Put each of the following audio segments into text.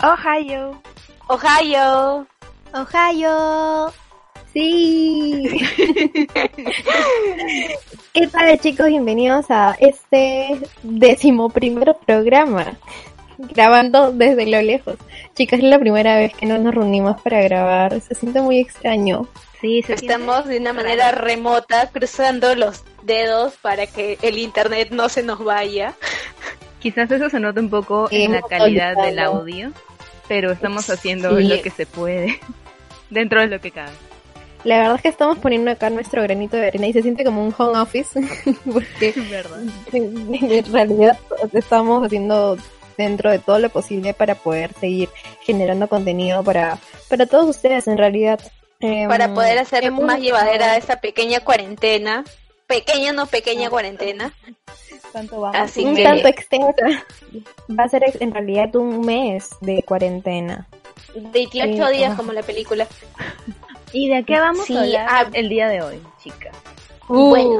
Ohio. Ohio. Ohio. Sí. ¿Qué tal, chicos? Bienvenidos a este 11º programa. Grabando desde lo lejos. Chicas, es la primera vez que no nos reunimos para grabar. Se siente muy extraño. Sí, estamos de una manera remota, cruzando los dedos para que el internet no se nos vaya. Quizás eso se nota un poco en la calidad del audio, pero estamos haciendo lo que se puede, dentro de lo que cabe. La verdad es que estamos poniendo acá nuestro granito de arena y se siente como un home office, porque ¿verdad? En realidad estamos haciendo dentro de todo lo posible para poder seguir generando contenido para todos ustedes, en realidad. Para poder hacer más llevadera esa pequeña cuarentena. Pequeña cuarentena. ¿Cuánto vamos? Así un tanto extensa. Va a ser en realidad un mes de cuarentena. 28 días como la película. ¿Y de qué vamos a hablar el día de hoy, chicas? Bueno,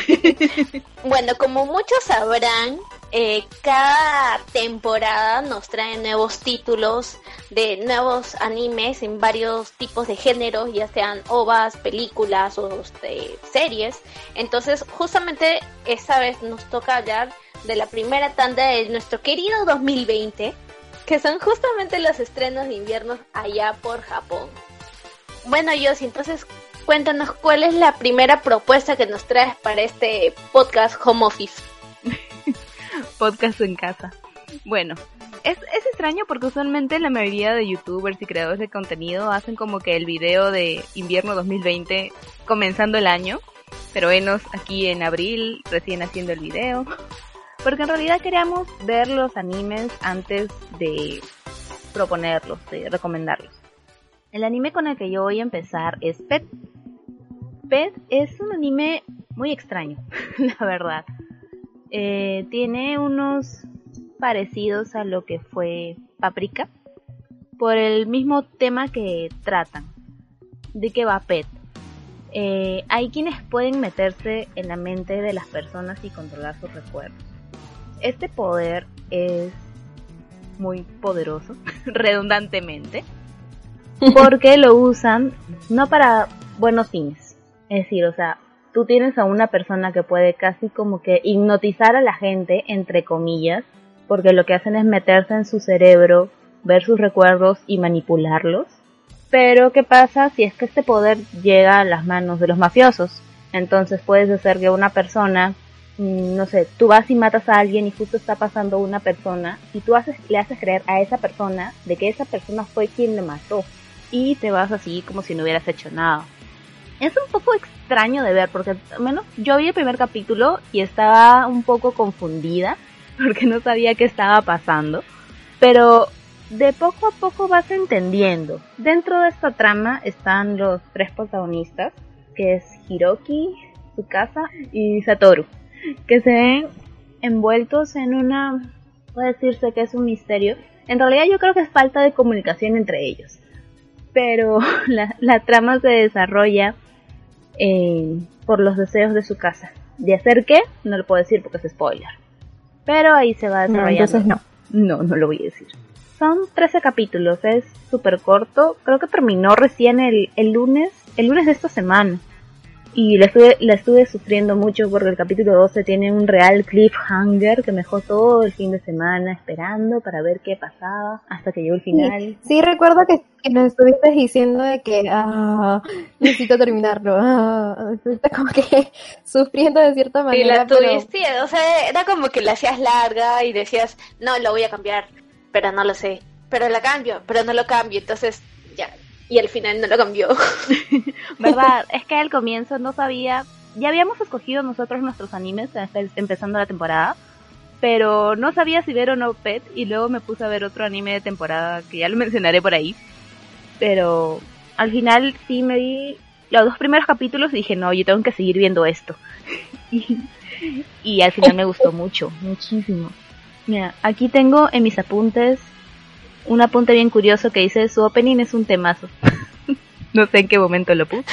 como muchos sabrán, cada temporada nos trae nuevos títulos de nuevos animes en varios tipos de géneros, ya sean OVAs, películas o series. Entonces, justamente esta vez nos toca hablar de la primera tanda de nuestro querido 2020, que son justamente los estrenos de invierno allá por Japón. Bueno, Yossi, entonces cuéntanos cuál es la primera propuesta que nos traes para este podcast Home Office. Podcast en casa. Bueno, es extraño porque usualmente la mayoría de youtubers y creadores de contenido hacen como que el video de invierno 2020 comenzando el año, pero venos aquí en abril recién haciendo el video, porque en realidad queríamos ver los animes antes de proponerlos, de recomendarlos. El anime con el que yo voy a empezar es Pet. Pet es un anime muy extraño, la verdad. Tiene unos parecidos a lo que fue Paprika, por el mismo tema que tratan. ¿De qué va Pet? Hay quienes pueden meterse en la mente de las personas y controlar sus recuerdos. Este poder es muy poderoso, redundantemente, porque lo usan no para buenos fines. Es decir, o sea, tú tienes a una persona que puede casi como que hipnotizar a la gente, entre comillas, porque lo que hacen es meterse en su cerebro, ver sus recuerdos y manipularlos. Pero ¿qué pasa si es que este poder llega a las manos de los mafiosos? Entonces puedes hacer que una persona, no sé, tú vas y matas a alguien y justo está pasando una persona y tú le haces creer a esa persona de que esa persona fue quien lo mató y te vas así como si no hubieras hecho nada. Es un poco extraño de ver porque al menos yo vi el primer capítulo y estaba un poco confundida porque no sabía qué estaba pasando, pero de poco a poco vas entendiendo. Dentro de esta trama están los tres protagonistas, que es Hiroki, Tsukasa y Satoru, que se ven envueltos en puede decirse que es un misterio. En realidad yo creo que es falta de comunicación entre ellos, pero la trama se desarrolla por los deseos de su casa. ¿De hacer qué? No lo puedo decir porque es spoiler, pero ahí se va desarrollando. Entonces no lo voy a decir. Son 13 capítulos, es súper corto. Creo que terminó recién el lunes de esta semana. Y la estuve sufriendo mucho porque el capítulo 12 tiene un real cliffhanger que me dejó todo el fin de semana esperando para ver qué pasaba hasta que llegó el final. Sí, recuerdo que nos estuviste diciendo de que necesito terminarlo. Estuviste como que sufriendo de cierta manera. Y la tuviste, o sea, era como que la hacías larga y decías, no, lo voy a cambiar, pero no lo sé. Pero la cambio, pero no lo cambio, entonces ya. Y al final no lo cambió. ¿Verdad? Es que al comienzo no sabía. Ya habíamos escogido nosotros nuestros animes empezando la temporada, pero no sabía si ver o no Pet, y luego me puse a ver otro anime de temporada que ya lo mencionaré por ahí. Pero al final sí me vi los 2 primeros capítulos y dije, no, yo tengo que seguir viendo esto. Y al final me gustó mucho, muchísimo. Mira, aquí tengo en mis apuntes un apunte bien curioso que dice: su opening es un temazo. No sé en qué momento lo puse,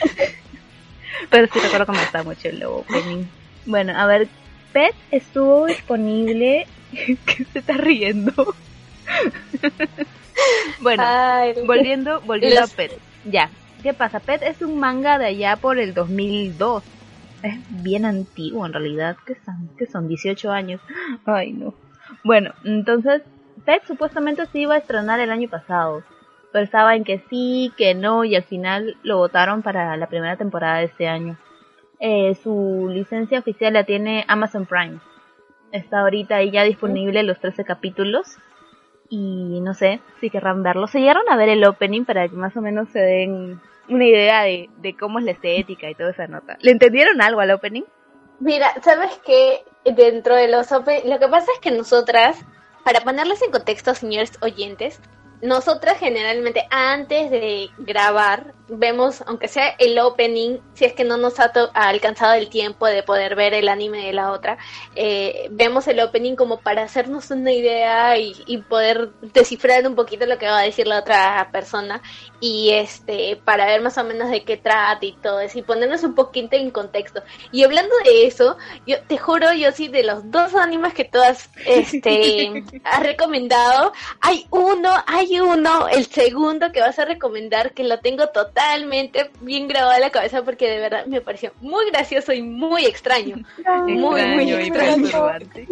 pero sí recuerdo que me gustaba mucho el opening. Bueno, a ver, Pet estuvo disponible. ¿Qué se está riendo? Bueno, Ay, volviendo a Pet. Ya, ¿qué pasa? Pet es un manga de allá por el 2002. Es bien antiguo en realidad. ¿Qué son? 18 años. Ay, no. Bueno, entonces, Pet supuestamente se iba a estrenar el año pasado. Pero estaba en que sí, que no, y al final lo votaron para la primera temporada de este año. Su licencia oficial la tiene Amazon Prime. Está ahorita ahí ya disponible los 13 capítulos. Y no sé si querrán verlo. Se llegaron a ver el opening para que más o menos se den una idea de cómo es la estética y toda esa nota. ¿Le entendieron algo al opening? mira, ¿sabes qué? Dentro de lo que pasa es que nosotras, para ponerles en contexto, señores oyentes, nosotras generalmente antes de grabar vemos, aunque sea el opening, si es que no nos ha alcanzado el tiempo de poder ver el anime de la otra, vemos el opening como para hacernos una idea y poder descifrar un poquito lo que va a decir la otra persona y para ver más o menos de qué trata y todo eso y ponernos un poquito en contexto. Y hablando de eso, yo te juro, yo sí, de los 2 animes que tú has recomendado, hay uno, el segundo que vas a recomendar, que lo tengo totalmente bien grabado en la cabeza porque de verdad me pareció muy gracioso y muy extraño. Muy extraño.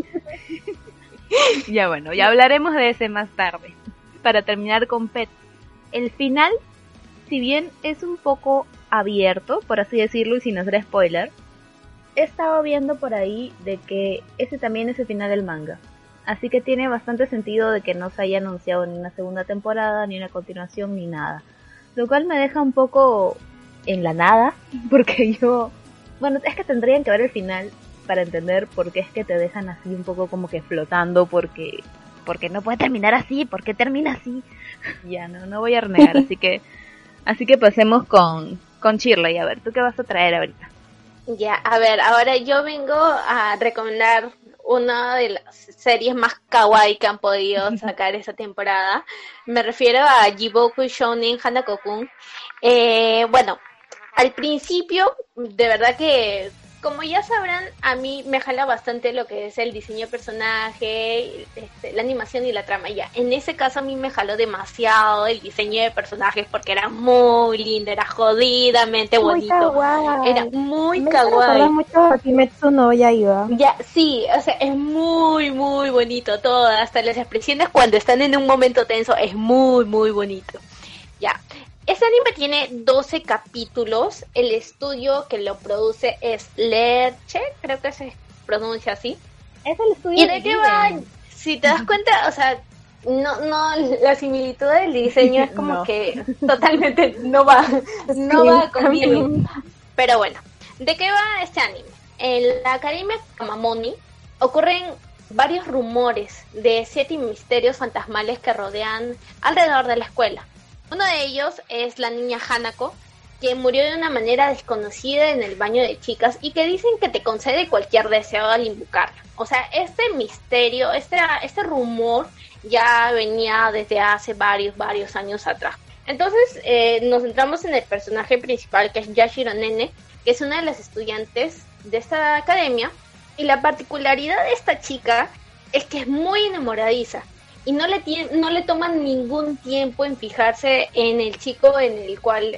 Ya bueno, ya hablaremos de ese más tarde. Para terminar con Pet, el final, si bien es un poco abierto, por así decirlo, y sin hacer spoiler, he estado viendo por ahí de que ese también es el final del manga. Así que tiene bastante sentido de que no se haya anunciado ni una segunda temporada, ni una continuación, ni nada. Lo cual me deja un poco en la nada, porque bueno, es que tendrían que ver el final para entender por qué es que te dejan así un poco como que flotando, porque no puede terminar así, ¿por qué termina así? Ya, no voy a renegar, así que pasemos con Shirley. A ver, ¿tú qué vas a traer ahorita? Ya, a ver, ahora yo vengo a recomendar una de las series más kawaii que han podido sacar esta temporada. Me refiero a Jiboku Shounen Hanako-kun. Bueno, al principio, de verdad que, como ya sabrán, a mí me jala bastante lo que es el diseño de personaje, la animación y la trama. Ya, en ese caso a mí me jaló demasiado el diseño de personajes porque era muy lindo, era jodidamente bonito. Era muy kawaii. Me mucho a Kimetsu no Yaiba. Ya, sí, o sea, es muy, muy bonito todo, hasta las expresiones cuando están en un momento tenso, es muy, muy bonito. Ya. Este anime tiene 12 capítulos. El estudio que lo produce es Lerche, creo que se pronuncia así. Es el estudio. ¿Y de qué va? Si te das cuenta, o sea, no, la similitud del diseño es como que totalmente no va conmigo. Pero bueno, ¿de qué va este anime? En la Academia Kamamoni ocurren varios rumores de 7 misterios fantasmales que rodean alrededor de la escuela. Uno de ellos es la niña Hanako, que murió de una manera desconocida en el baño de chicas y que dicen que te concede cualquier deseo al invocarla. O sea, este misterio, este rumor ya venía desde hace varios años atrás. Entonces nos centramos en el personaje principal, que es Yashiro Nene, que es una de las estudiantes de esta academia, y la particularidad de esta chica es que es muy enamoradiza. Y no le toman ningún tiempo en fijarse en el chico en el cual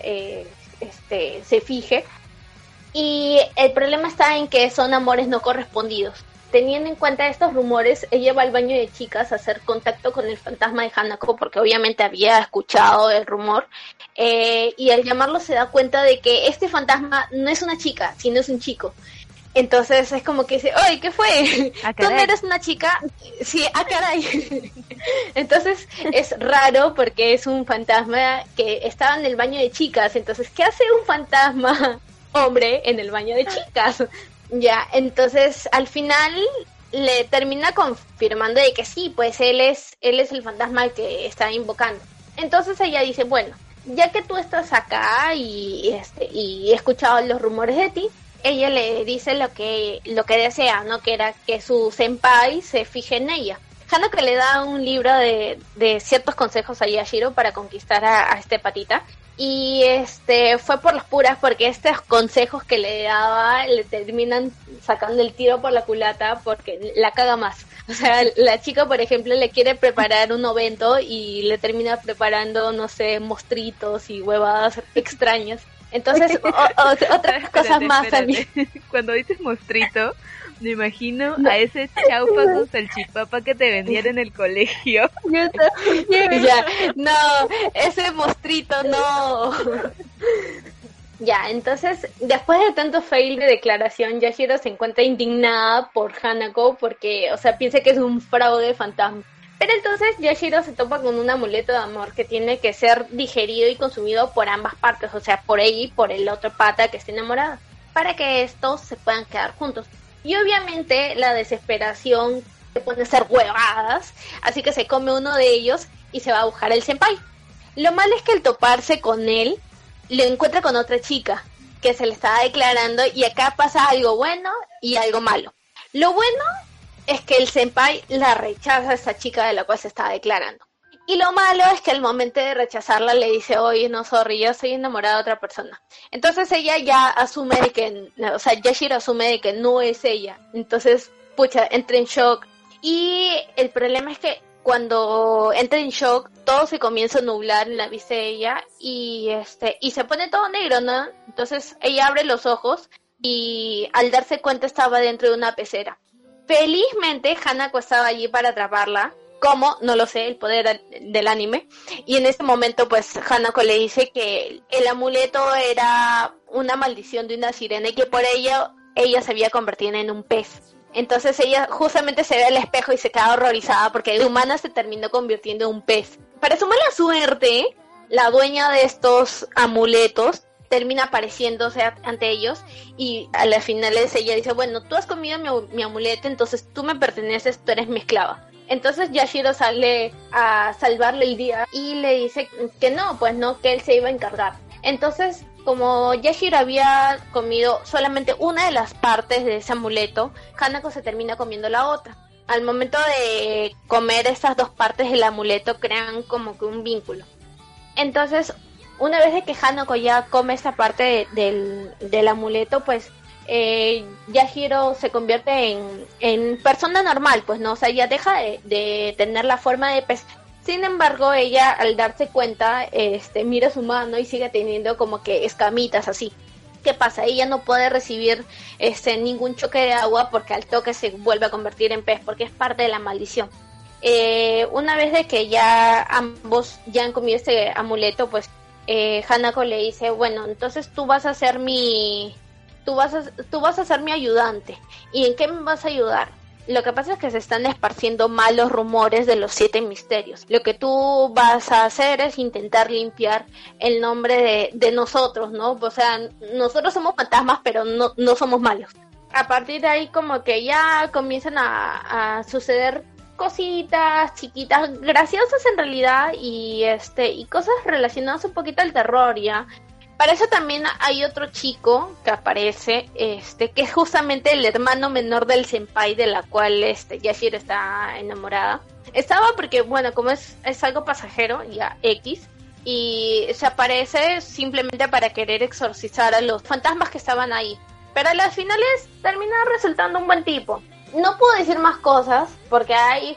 se fije. Y el problema está en que son amores no correspondidos. Teniendo en cuenta estos rumores, ella va al baño de chicas a hacer contacto con el fantasma de Hanako, porque obviamente había escuchado el rumor. Y al llamarlo se da cuenta de que este fantasma no es una chica, sino es un chico. Entonces es como que dice, ¡ay, qué fue! ¿Tú no eres una chica? Sí, ¡ah, caray! Entonces es raro porque es un fantasma que estaba en el baño de chicas. Entonces, ¿qué hace un fantasma hombre en el baño de chicas? Ya, entonces al final le termina confirmando de que sí, pues él es el fantasma que está invocando. Entonces ella dice, bueno, ya que tú estás acá y he escuchado los rumores de ti, ella le dice lo que desea, ¿no? Que era que su senpai se fije en ella. Hanako le da un libro de ciertos consejos a Yashiro para conquistar a este patita. y fue por las puras porque estos consejos que le daba le terminan sacando el tiro por la culata porque la caga más. O sea, la chica, por ejemplo, le quiere preparar un evento y le termina preparando, no sé, mostritos y huevadas extrañas. Entonces, otras cosas más también. Cuando dices mostrito, me imagino a ese chaufa con salchipapa que te vendían en el colegio. Ya, no, ese mostrito no. Ya, entonces, después de tanto fail de declaración, Yashiro se encuentra indignada por Hanako porque, o sea, piensa que es un fraude fantasma. Pero entonces Yashiro se topa con un amuleto de amor que tiene que ser digerido y consumido por ambas partes, o sea, por ella y por el otro pata que está enamorado, para que estos se puedan quedar juntos. Y obviamente la desesperación se pone a hacer huevadas, así que se come uno de ellos y se va a buscar el senpai. Lo malo es que al toparse con él, lo encuentra con otra chica que se le estaba declarando y acá pasa algo bueno y algo malo. Lo bueno es que el senpai la rechaza a esta chica de la cual se estaba declarando. Y lo malo es que al momento de rechazarla le dice, oye, no, sorry, yo soy enamorada de otra persona. Entonces ella ya asume de que, o sea, Yashiro asume de que no es ella. Entonces, pucha, entra en shock. Y el problema es que cuando entra en shock, todo se comienza a nublar en la vista de ella y se pone todo negro, ¿no? Entonces ella abre los ojos y al darse cuenta estaba dentro de una pecera. Felizmente Hanako estaba allí para atraparla. ¿Cómo? No lo sé, el poder del anime. Y en ese momento pues Hanako le dice que el amuleto era una maldición de una sirena y que por ello ella se había convertido en un pez. Entonces ella justamente se ve al espejo y se queda horrorizada porque de humana se terminó convirtiendo en un pez. Para su mala suerte, la dueña de estos amuletos termina apareciéndose ante ellos y a las finales ella dice, bueno, tú has comido mi amuleto, entonces tú me perteneces, tú eres mi esclava. Entonces Yashiro sale a salvarle el día y le dice que no, pues no, que él se iba a encargar. Entonces, como Yashiro había comido solamente una de las partes de ese amuleto, Hanako se termina comiendo la otra. Al momento de comer esas dos partes del amuleto crean como que un vínculo. Entonces, una vez de que Hanako ya come esta parte del amuleto, pues Yashiro se convierte en persona normal, pues no, o sea, ya deja de tener la forma de pez. Sin embargo, ella al darse cuenta, mira su mano y sigue teniendo como que escamitas así. ¿Qué pasa? Ella no puede recibir ningún choque de agua porque al toque se vuelve a convertir en pez, porque es parte de la maldición. Una vez de que ya ambos ya han comido este amuleto, pues Hanako le dice, bueno, entonces tú vas a ser mi ayudante. ¿Y en qué me vas a ayudar? Lo que pasa es que se están esparciendo malos rumores de los 7 misterios. Lo que tú vas a hacer es intentar limpiar el nombre de nosotros, ¿no? O sea, nosotros somos fantasmas, pero no somos malos. A partir de ahí como que ya comienzan a suceder cositas chiquitas, graciosas en realidad, y cosas relacionadas un poquito al terror, ¿ya? Para eso también hay otro chico que aparece, que es justamente el hermano menor del senpai de la cual Yashiro está enamorada. Estaba porque, bueno, como es algo pasajero, ya X, y se aparece simplemente para querer exorcizar a los fantasmas que estaban ahí. Pero a las finales termina resultando un buen tipo. No puedo decir más cosas porque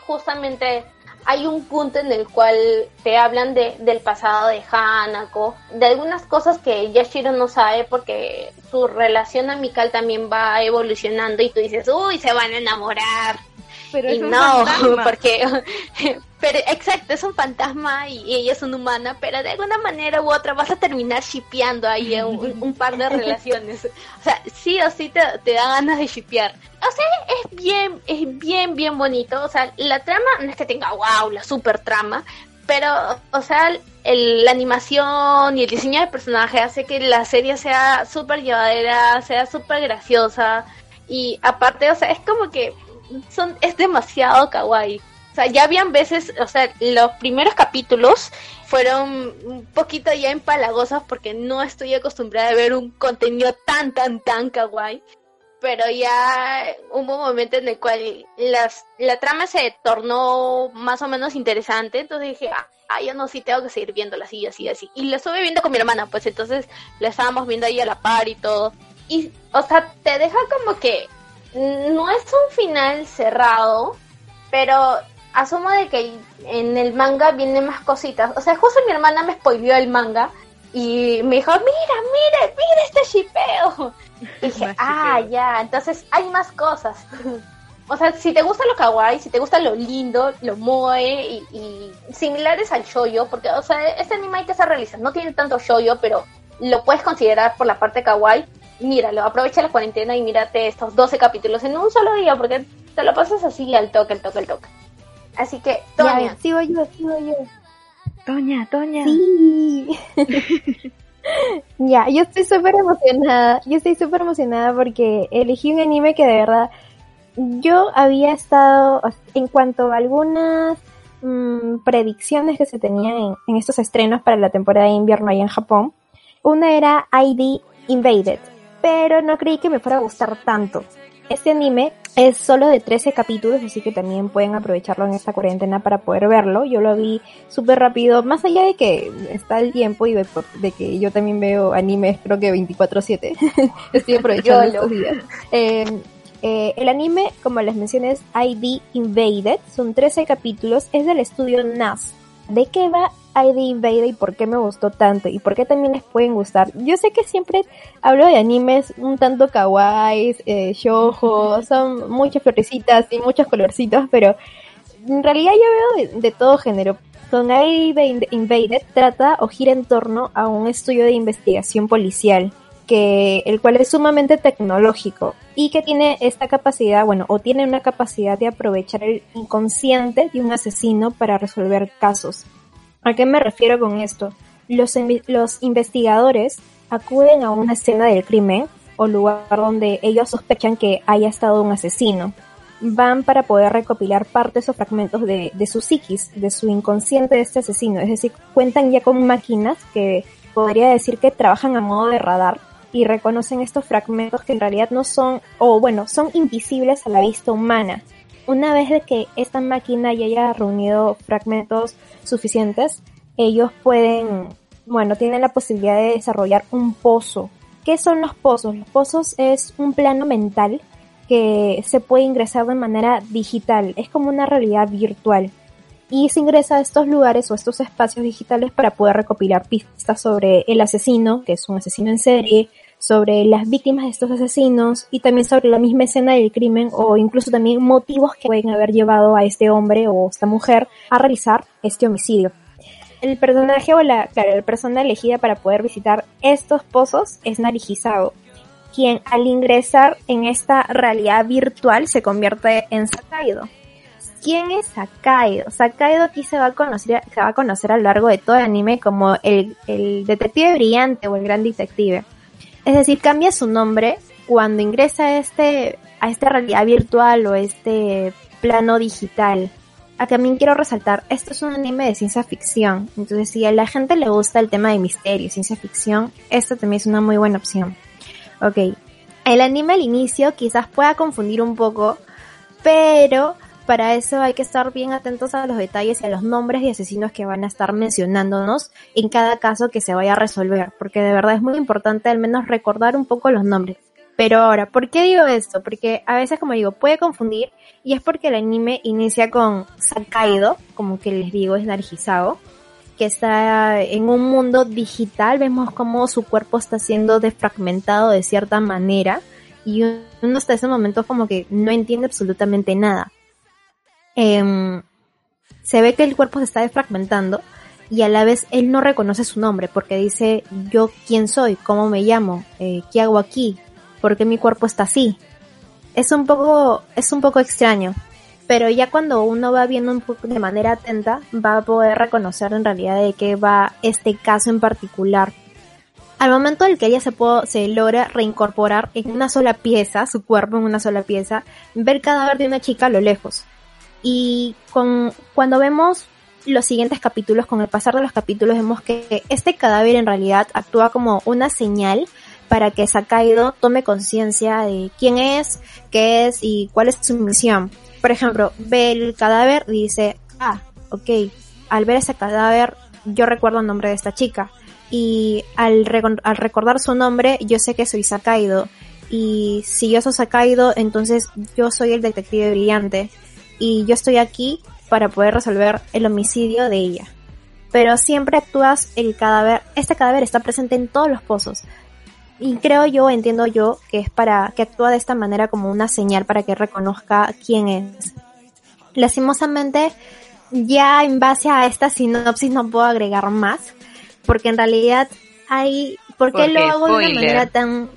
hay un punto en el cual te hablan del pasado de Hanako, de algunas cosas que Yashiro no sabe porque su relación amical también va evolucionando y tú dices, uy, se van a enamorar. Pero y es un no, fantasma. porque pero exacto, es un fantasma y ella es una humana, pero de alguna manera u otra vas a terminar shippeando ahí un par de relaciones. O sea, sí o sí te da ganas de shippear. O sea, es bien bonito. O sea, la trama no es que tenga wow, la super trama, pero, o sea, la animación y el diseño del personaje hace que la serie sea súper llevadera, sea súper graciosa y aparte, o sea, es como que es demasiado kawaii. O sea, ya habían veces, o sea, los primeros capítulos fueron un poquito ya empalagosos porque no estoy acostumbrada a ver un contenido tan kawaii. pero ya hubo un momento en el cual la trama se tornó más o menos interesante, entonces dije, yo no, sí tengo que seguir viéndola así, así, así. Y la estuve viendo con mi hermana, pues entonces la estábamos viendo ahí a la par y todo. Y, o sea, te deja como que no es un final cerrado, pero asumo de que en el manga vienen más cositas. O sea, justo mi hermana me spoileó el manga y me dijo, mira este shipeo. Y dije, ya, entonces hay más cosas. O sea, si te gusta lo kawaii, si te gusta lo lindo, lo moe y similares al shoujo, porque, o sea, este anime hay que ser realista, no tiene tanto shoujo, pero lo puedes considerar por la parte kawaii. Míralo, aprovecha la cuarentena y mírate estos 12 capítulos en un solo día, porque te lo pasas así al toque. Así que, Toña. Ya, sigo yo. Toña. Sí. Ya, yo estoy súper emocionada porque elegí un anime que de verdad yo había estado, en cuanto a algunas predicciones que se tenían en estos estrenos para la temporada de invierno allá en Japón. Una era ID Invaded, pero no creí que me fuera a gustar tanto. Este anime es solo de 13 capítulos, así que también pueden aprovecharlo en esta cuarentena para poder verlo. Yo lo vi súper rápido, más allá de que está el tiempo y de que yo también veo animes, creo que 24/7. Estoy aprovechando estos días. El anime, como les mencioné, es ID Invaded, son 13 capítulos, es del estudio NAS. ¿De qué va ID Invaded y por qué me gustó tanto? ¿Y por qué también les pueden gustar? Yo sé que siempre hablo de animes un tanto kawaiis, shoujo, son muchas florecitas y muchos colorcitos, pero en realidad yo veo de todo género. Con ID Invaded trata o gira en torno a un estudio de investigación policial, el cual es sumamente tecnológico y que tiene esta capacidad, o tiene una capacidad de aprovechar el inconsciente de un asesino para resolver casos. ¿A qué me refiero con esto? Los investigadores acuden a una escena del crimen o lugar donde ellos sospechan que haya estado un asesino. Van para poder recopilar partes o fragmentos de su psiquis, de su inconsciente de este asesino. Es decir, cuentan ya con máquinas que podría decir que trabajan a modo de radar y reconocen estos fragmentos que en realidad no son, son invisibles a la vista humana. Una vez de que esta máquina ya haya reunido fragmentos suficientes, ellos tienen la posibilidad de desarrollar un pozo. ¿Qué son los pozos? Los pozos es un plano mental que se puede ingresar de manera digital, es como una realidad virtual. Y se ingresa a estos lugares o estos espacios digitales para poder recopilar pistas sobre el asesino, que es un asesino en serie, sobre las víctimas de estos asesinos y también sobre la misma escena del crimen o incluso también motivos que pueden haber llevado a este hombre o esta mujer a realizar este homicidio. El personaje la persona elegida para poder visitar estos pozos es Narihisawa, quien al ingresar en esta realidad virtual se convierte en Sakaido. ¿Quién es Sakaido? Sakaido aquí se va a conocer a lo largo de todo el anime como el detective brillante o el gran detective. Es decir, cambia su nombre cuando ingresa a esta realidad virtual o este plano digital. Acá también quiero resaltar, esto es un anime de ciencia ficción. Entonces, si a la gente le gusta el tema de misterio, ciencia ficción, esta también es una muy buena opción. Ok, el anime al inicio quizás pueda confundir un poco, pero para eso hay que estar bien atentos a los detalles y a los nombres de asesinos que van a estar mencionándonos en cada caso que se vaya a resolver, porque de verdad es muy importante al menos recordar un poco los nombres. Pero ahora, ¿por qué digo esto? Porque a veces, como digo, puede confundir, y es porque el anime inicia con Sakaido, como que les digo, es Narihisawa, que está en un mundo digital, vemos cómo su cuerpo está siendo defragmentado de cierta manera, y uno hasta ese momento como que no entiende absolutamente nada. Se ve que el cuerpo se está defragmentando y a la vez él no reconoce su nombre porque dice, yo quién soy, cómo me llamo, qué hago aquí, por qué mi cuerpo está así. Es un poco extraño, pero ya cuando uno va viendo un poco de manera atenta va a poder reconocer en realidad de qué va este caso en particular. Al momento en el que ella se logra reincorporar en una sola pieza, su cuerpo en una sola pieza, ve el cadáver de una chica a lo lejos. Y cuando vemos los siguientes capítulos, con el pasar de los capítulos, vemos que este cadáver en realidad actúa como una señal para que Sakaido tome conciencia de quién es, qué es y cuál es su misión. Por ejemplo, ve el cadáver y dice, ok, al ver ese cadáver yo recuerdo el nombre de esta chica y al recordar su nombre yo sé que soy Sakaido, y si yo soy Sakaido entonces yo soy el detective brillante y yo estoy aquí para poder resolver el homicidio de ella. Pero siempre actúas este cadáver está presente en todos los pozos. Y entiendo yo, que es para que actúa de esta manera como una señal para que reconozca quién es. Lastimosamente, ya en base a esta sinopsis no puedo agregar más, porque en realidad ¿por qué lo hago de una manera tan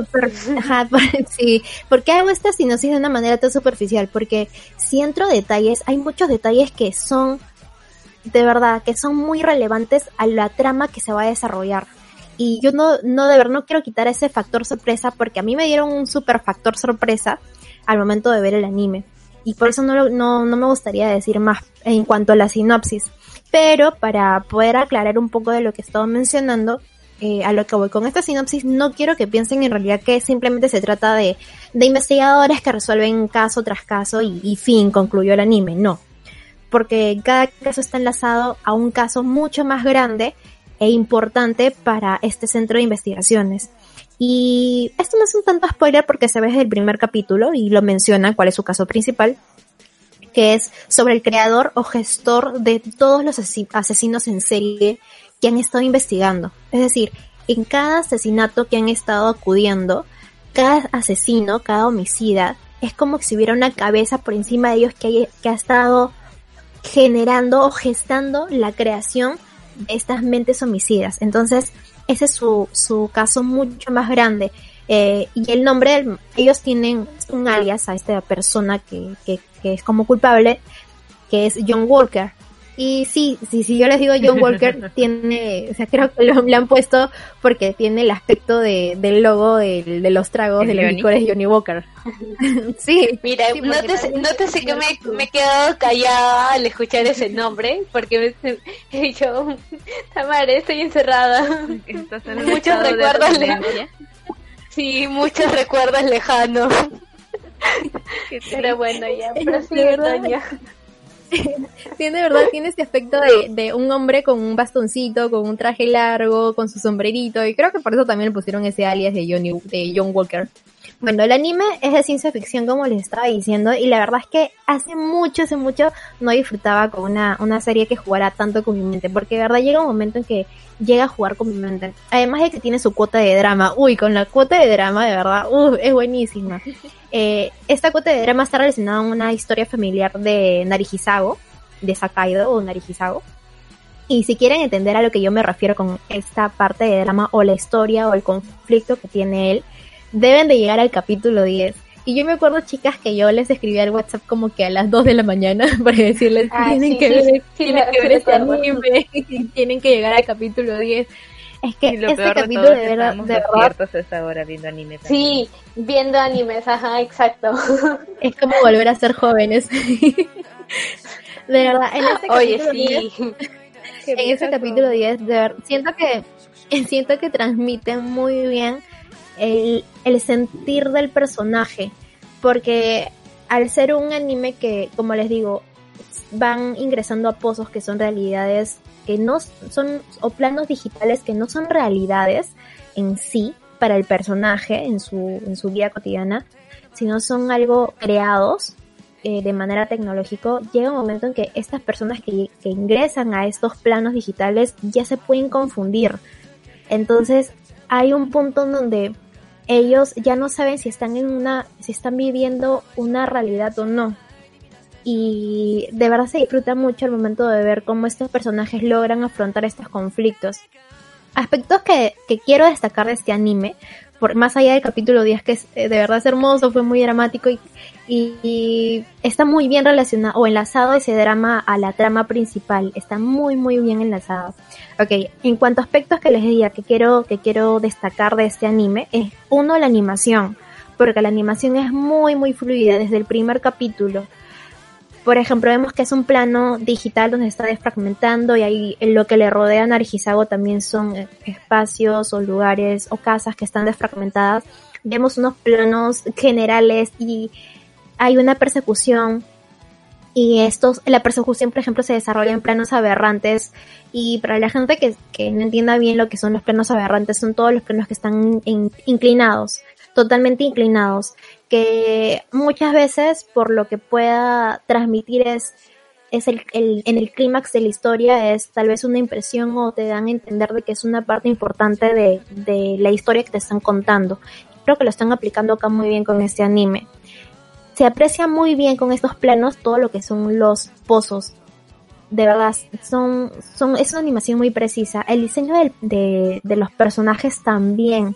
sí, ¿por qué hago esta sinopsis de una manera tan superficial? Porque si entro a detalles, hay muchos detalles que son, de verdad, que son muy relevantes a la trama que se va a desarrollar. Y yo no quiero quitar ese factor sorpresa, porque a mí me dieron un super factor sorpresa al momento de ver el anime. Y por eso no me gustaría decir más en cuanto a la sinopsis. Pero para poder aclarar un poco de lo que estaba mencionando, a lo que voy con esta sinopsis, no quiero que piensen en realidad que simplemente se trata de investigadores que resuelven caso tras caso y fin, concluyó el anime. No. Porque cada caso está enlazado a un caso mucho más grande e importante para este centro de investigaciones. Y esto no es un tanto spoiler porque se ve desde el primer capítulo y lo menciona cuál es su caso principal, que es sobre el creador o gestor de todos los asesinos en serie que han estado investigando. Es decir, en cada asesinato que han estado acudiendo, cada asesino, cada homicida, es como si hubiera una cabeza por encima de ellos que ha estado generando o gestando la creación de estas mentes homicidas. Entonces, ese es su caso mucho más grande. Y el nombre, ellos tienen un alias a esta persona que es como culpable, que es John Walker. Y sí, yo les digo John Walker, creo que le han puesto porque tiene el aspecto del logo de los tragos de los licores Johnny Walker. Sí. Mira, sí, nótese que me he quedado callada al escuchar ese nombre, porque yo, Tamara, estoy encerrada. Muchos recuerdos sí, muchos recuerdos lejanos. Pero bueno, ya, prosigue, Toña. Sí, de verdad tiene este aspecto de un hombre con un bastoncito, con un traje largo, con su sombrerito, y creo que por eso también le pusieron ese alias de John Walker. Bueno, el anime es de ciencia ficción, como les estaba diciendo, y la verdad es que hace mucho no disfrutaba con una serie que jugara tanto con mi mente, porque de verdad llega un momento en que llega a jugar con mi mente. Además de que tiene su cuota de drama. Con la cuota de drama, de verdad, es buenísima. Esta cuota de drama está relacionada a una historia familiar de Narihisago, de Sakaido o Narihisago. Y si quieren entender a lo que yo me refiero con esta parte de drama o la historia o el conflicto que tiene él, deben de llegar al capítulo 10. Y yo me acuerdo, chicas, que yo les escribí al WhatsApp como que a las 2 de la mañana para decirles tienen que ver este anime, tienen que llegar al capítulo 10. Es que este capítulo de verdad despiertos a esa hora viendo anime también. Sí, viendo animes, ajá, exacto. Es como volver a ser jóvenes. De verdad, en este capítulo 10, en ese capítulo 10, de verdad, siento que transmiten muy bien el sentir del personaje, porque al ser un anime que, como les digo, van ingresando a pozos que son realidades que no son, o planos digitales que no son realidades en sí para el personaje en su vida cotidiana, sino son algo creados de manera tecnológica. Llega un momento en que estas personas que ingresan a estos planos digitales ya se pueden confundir. Entonces hay un punto en donde ellos ya no saben si están viviendo una realidad o no. Y de verdad se disfruta mucho el momento de ver cómo estos personajes logran afrontar estos conflictos. Aspectos que quiero destacar de este anime, por más allá del capítulo 10, que de verdad es hermoso, fue muy dramático y está muy bien relacionado o enlazado ese drama a la trama principal. Está muy muy bien enlazado. Ok, en cuanto a aspectos que les diga que quiero destacar de este anime, es uno, la animación, porque la animación es muy muy fluida desde el primer capítulo. Por ejemplo, vemos que es un plano digital donde se está desfragmentando y ahí lo que le rodea a Narejizawa también son espacios o lugares o casas que están desfragmentadas. Vemos unos planos generales y hay una persecución y la persecución, por ejemplo, se desarrolla en planos aberrantes y para la gente que no entienda bien lo que son los planos aberrantes, son todos los planos que están inclinados, totalmente inclinados, que muchas veces por lo que pueda transmitir es en el clímax de la historia es tal vez una impresión o te dan a entender de que es una parte importante de la historia que te están contando. Creo que lo están aplicando acá muy bien con este anime. Se aprecia muy bien con estos planos todo lo que son los pozos. De verdad, es una animación muy precisa. El diseño de los personajes también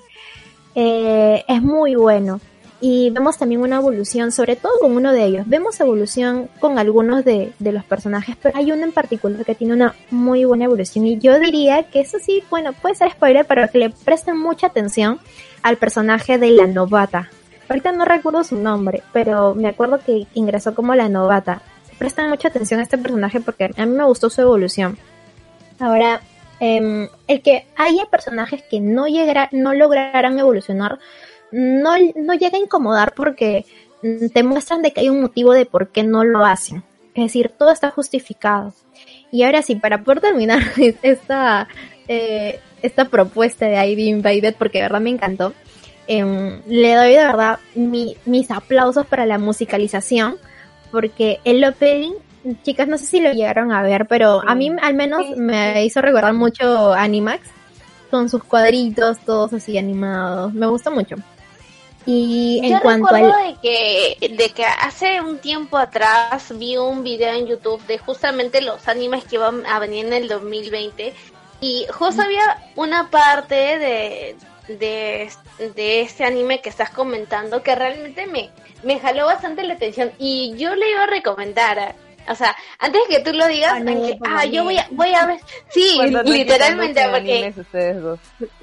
es muy bueno. Y vemos también una evolución, sobre todo con uno de ellos. Vemos evolución con algunos de los personajes, pero hay uno en particular que tiene una muy buena evolución. Y yo diría que eso sí, bueno, puede ser spoiler, pero que le presten mucha atención al personaje de la novata. Ahorita no recuerdo su nombre, pero me acuerdo que ingresó como la novata. Prestan mucha atención a este personaje porque a mí me gustó su evolución. Ahora, el que haya personajes que no lograran evolucionar, no llega a incomodar porque te muestran de que hay un motivo de por qué no lo hacen. Es decir, todo está justificado. Y ahora sí, para poder terminar esta propuesta de ID Invaded, porque de verdad me encantó, le doy de verdad mis aplausos para la musicalización, porque el opening, chicas, no sé si lo llegaron a ver, pero a mí al menos me hizo recordar mucho Animax, con sus cuadritos todos así animados. Me gustó mucho. Y en cuanto al de que hace un tiempo atrás vi un video en YouTube de justamente los animes que iban a venir en el 2020 y justo había una parte de este anime que estás comentando que realmente me jaló bastante la atención y yo le iba a recomendar, o sea, antes de que tú lo digas, yo voy a ver, sí, literalmente, porque ustedes dos.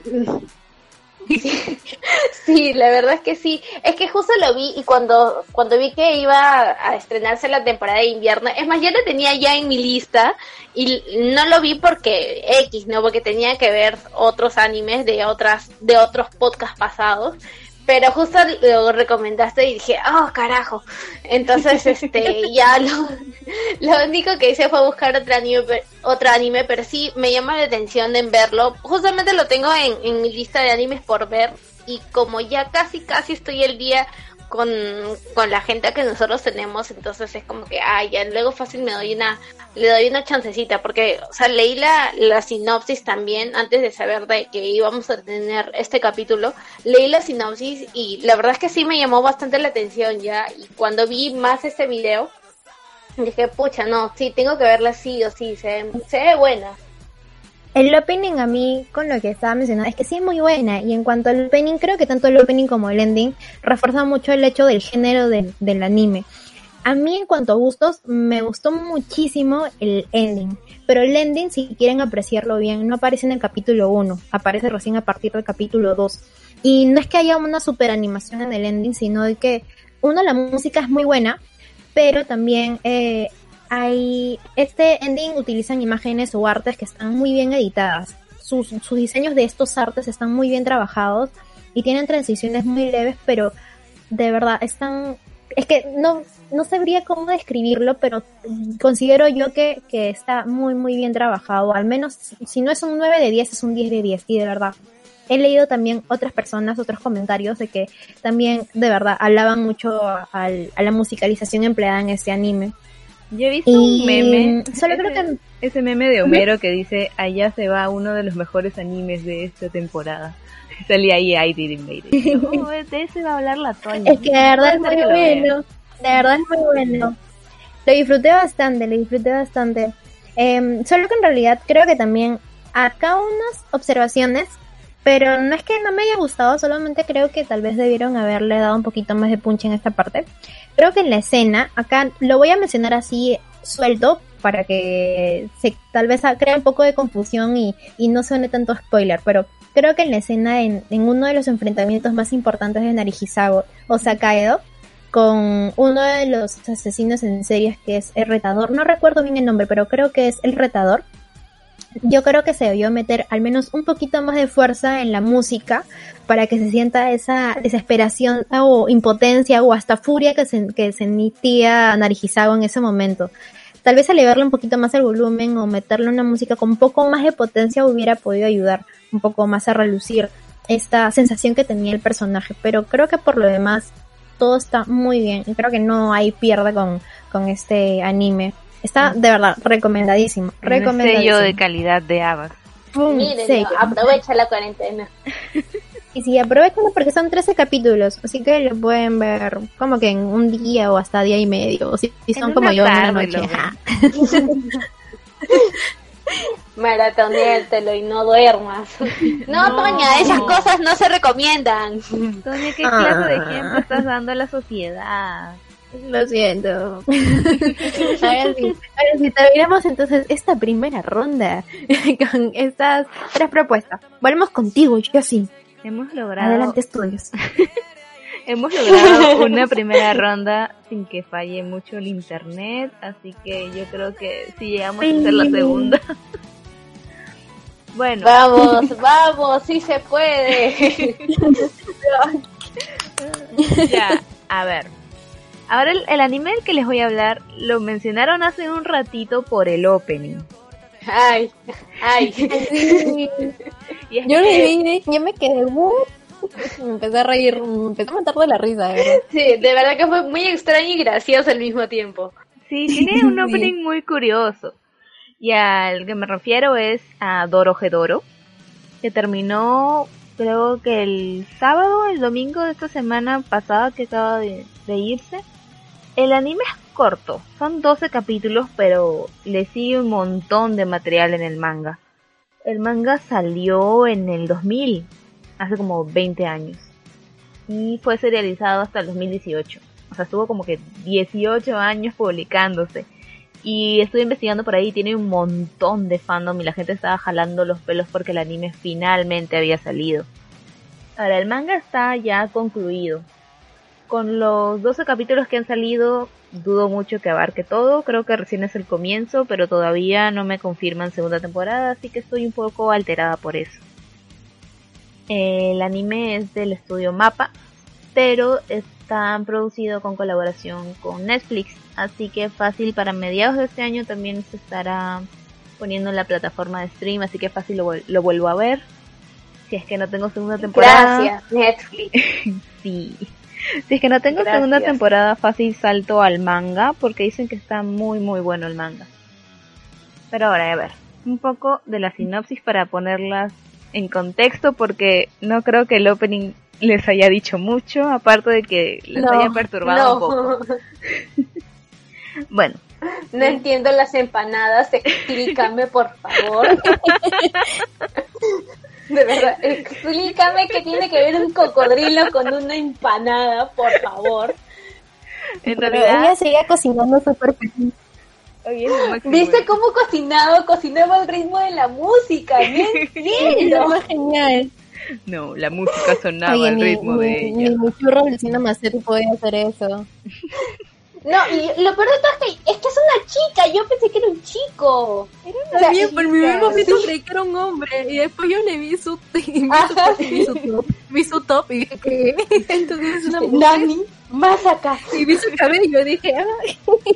Sí, la verdad es que sí. Es que justo lo vi y cuando vi que iba a estrenarse la temporada de invierno, es más, ya lo tenía ya en mi lista y no lo vi porque ¿no? Porque tenía que ver otros animes de otros podcasts pasados. Pero justo lo recomendaste y dije, oh, carajo. Entonces, ya lo único que hice fue buscar otro anime, pero sí me llama la atención en verlo. Justamente lo tengo en mi lista de animes por ver. Y como ya casi estoy el día con la gente que nosotros tenemos, entonces es como que, ya luego fácil le doy una chancecita, porque, o sea, leí la sinopsis también, antes de saber de que íbamos a tener este capítulo, leí la sinopsis y la verdad es que sí me llamó bastante la atención ya, y cuando vi más este video, dije, pucha, no, sí, tengo que verla sí o sí, se ve buena. El opening a mí, con lo que estaba mencionando, es que sí es muy buena. Y en cuanto al opening, creo que tanto el opening como el ending refuerzan mucho el hecho del género del anime. A mí, en cuanto a gustos, me gustó muchísimo el ending. Pero el ending, si quieren apreciarlo bien, no aparece en el capítulo 1. Aparece recién a partir del capítulo 2. Y no es que haya una super animación en el ending, sino de que, la música es muy buena, pero también este ending utilizan imágenes o artes que están muy bien editadas. Sus diseños de estos artes están muy bien trabajados y tienen transiciones muy leves, pero de verdad es que no sabría cómo describirlo, pero considero yo que está muy muy bien trabajado. Al menos si no es un 9 de 10, es un 10 de 10. Y de verdad, he leído también otros comentarios de que también de verdad hablaban mucho a la musicalización empleada en este anime. Yo he visto un meme, ese meme de Homero que dice, allá se va uno de los mejores animes de esta temporada. Salía ahí I Didn't Made It. No, de ese va a hablar la Toña. Es que de verdad es muy bueno. De verdad es muy bueno. Lo disfruté bastante. Solo que en realidad creo que también acá unas observaciones, pero no es que no me haya gustado, solamente creo que tal vez debieron haberle dado un poquito más de punch en esta parte. Creo que en la escena, acá lo voy a mencionar así suelto para que tal vez crea un poco de confusión y no suene tanto spoiler, pero creo que en la escena, en uno de los enfrentamientos más importantes de Narejizawa o Sakaedo, con uno de los asesinos en series que es el Retador. No recuerdo bien el nombre, pero creo que es el Retador. Yo creo que se debió meter al menos un poquito más de fuerza en la música para que se sienta esa desesperación o impotencia o hasta furia que se sentía Narijizawa en ese momento. Tal vez elevarle un poquito más el volumen o meterle una música con un poco más de potencia hubiera podido ayudar un poco más a relucir esta sensación que tenía el personaje. Pero creo que por lo demás todo está muy bien y creo que no hay pierde con este anime. Está de verdad recomendadísimo. Un sello de calidad de Abas. Miren, aprovecha la cuarentena. Y sí, aprovechenlo porque son 13 capítulos, así que lo pueden ver como que en un día o hasta día y medio, o si son como yo en una noche. Maratoneártelo y no duermas. No, Toña, esas cosas no se recomiendan. Toña, ¿qué clase de ejemplo estás dando a la sociedad? Lo siento. Ahora sí, terminamos entonces esta primera ronda con estas 3 propuestas. Volvemos contigo, yo sí. Hemos logrado... Adelante, estudios. Hemos logrado una primera ronda sin que falle mucho el internet, así que yo creo que sí llegamos a hacer la segunda. Bueno. Vamos, sí se puede. Ya, a ver. Ahora el anime del que les voy a hablar lo mencionaron hace un ratito por el opening. Ay. Yo me quedé, me empecé a reír, me empecé a matar de la risa, de verdad. Sí, de verdad que fue muy extraño y gracioso al mismo tiempo. Sí, tiene un opening muy curioso. Y al que me refiero es a Dorohedoro, que terminó creo que el sábado, el domingo de esta semana pasada que acaba de irse. El anime es corto, son 12 capítulos, pero le sigue un montón de material en el manga. El manga salió en el 2000, hace como 20 años, y fue serializado hasta el 2018. O sea, estuvo como que 18 años publicándose. Y estuve investigando por ahí, tiene un montón de fandom y la gente estaba jalando los pelos porque el anime finalmente había salido. Ahora, el manga está ya concluido. Con los 12 capítulos que han salido, dudo mucho que abarque todo. Creo que recién es el comienzo, pero todavía no me confirman segunda temporada, así que estoy un poco alterada por eso. El anime es del estudio MAPPA, pero está producido con colaboración con Netflix, así que fácil para mediados de este año también se estará poniendo en la plataforma de stream, así que fácil lo vuelvo a ver. Si es que no tengo segunda temporada. Gracias, Netflix. Sí. Si es que no tengo segunda temporada, fácil salto al manga, porque dicen que está muy muy bueno el manga. Pero ahora, a ver, un poco de la sinopsis para ponerlas en contexto, porque no creo que el opening les haya dicho mucho, aparte de que les haya perturbado un poco. Bueno. No entiendo las empanadas, explícame por favor. De verdad, explícame qué tiene que ver un cocodrilo con una empanada, por favor. En realidad ella seguía cocinando súper feliz. ¿Viste cómo cocinaba al ritmo de la música? Lo más genial. No, la música sonaba al ritmo de ella. Mi churro Luciana Macetti podía hacer eso. No, y lo peor de todo es que es una chica. Yo pensé que era un chico. También por mi mismo momento creí que era un hombre. Y después yo le vi su top y dije que entonces es una mujer. Nani, más acá. Y vi su cabello y dije, ay.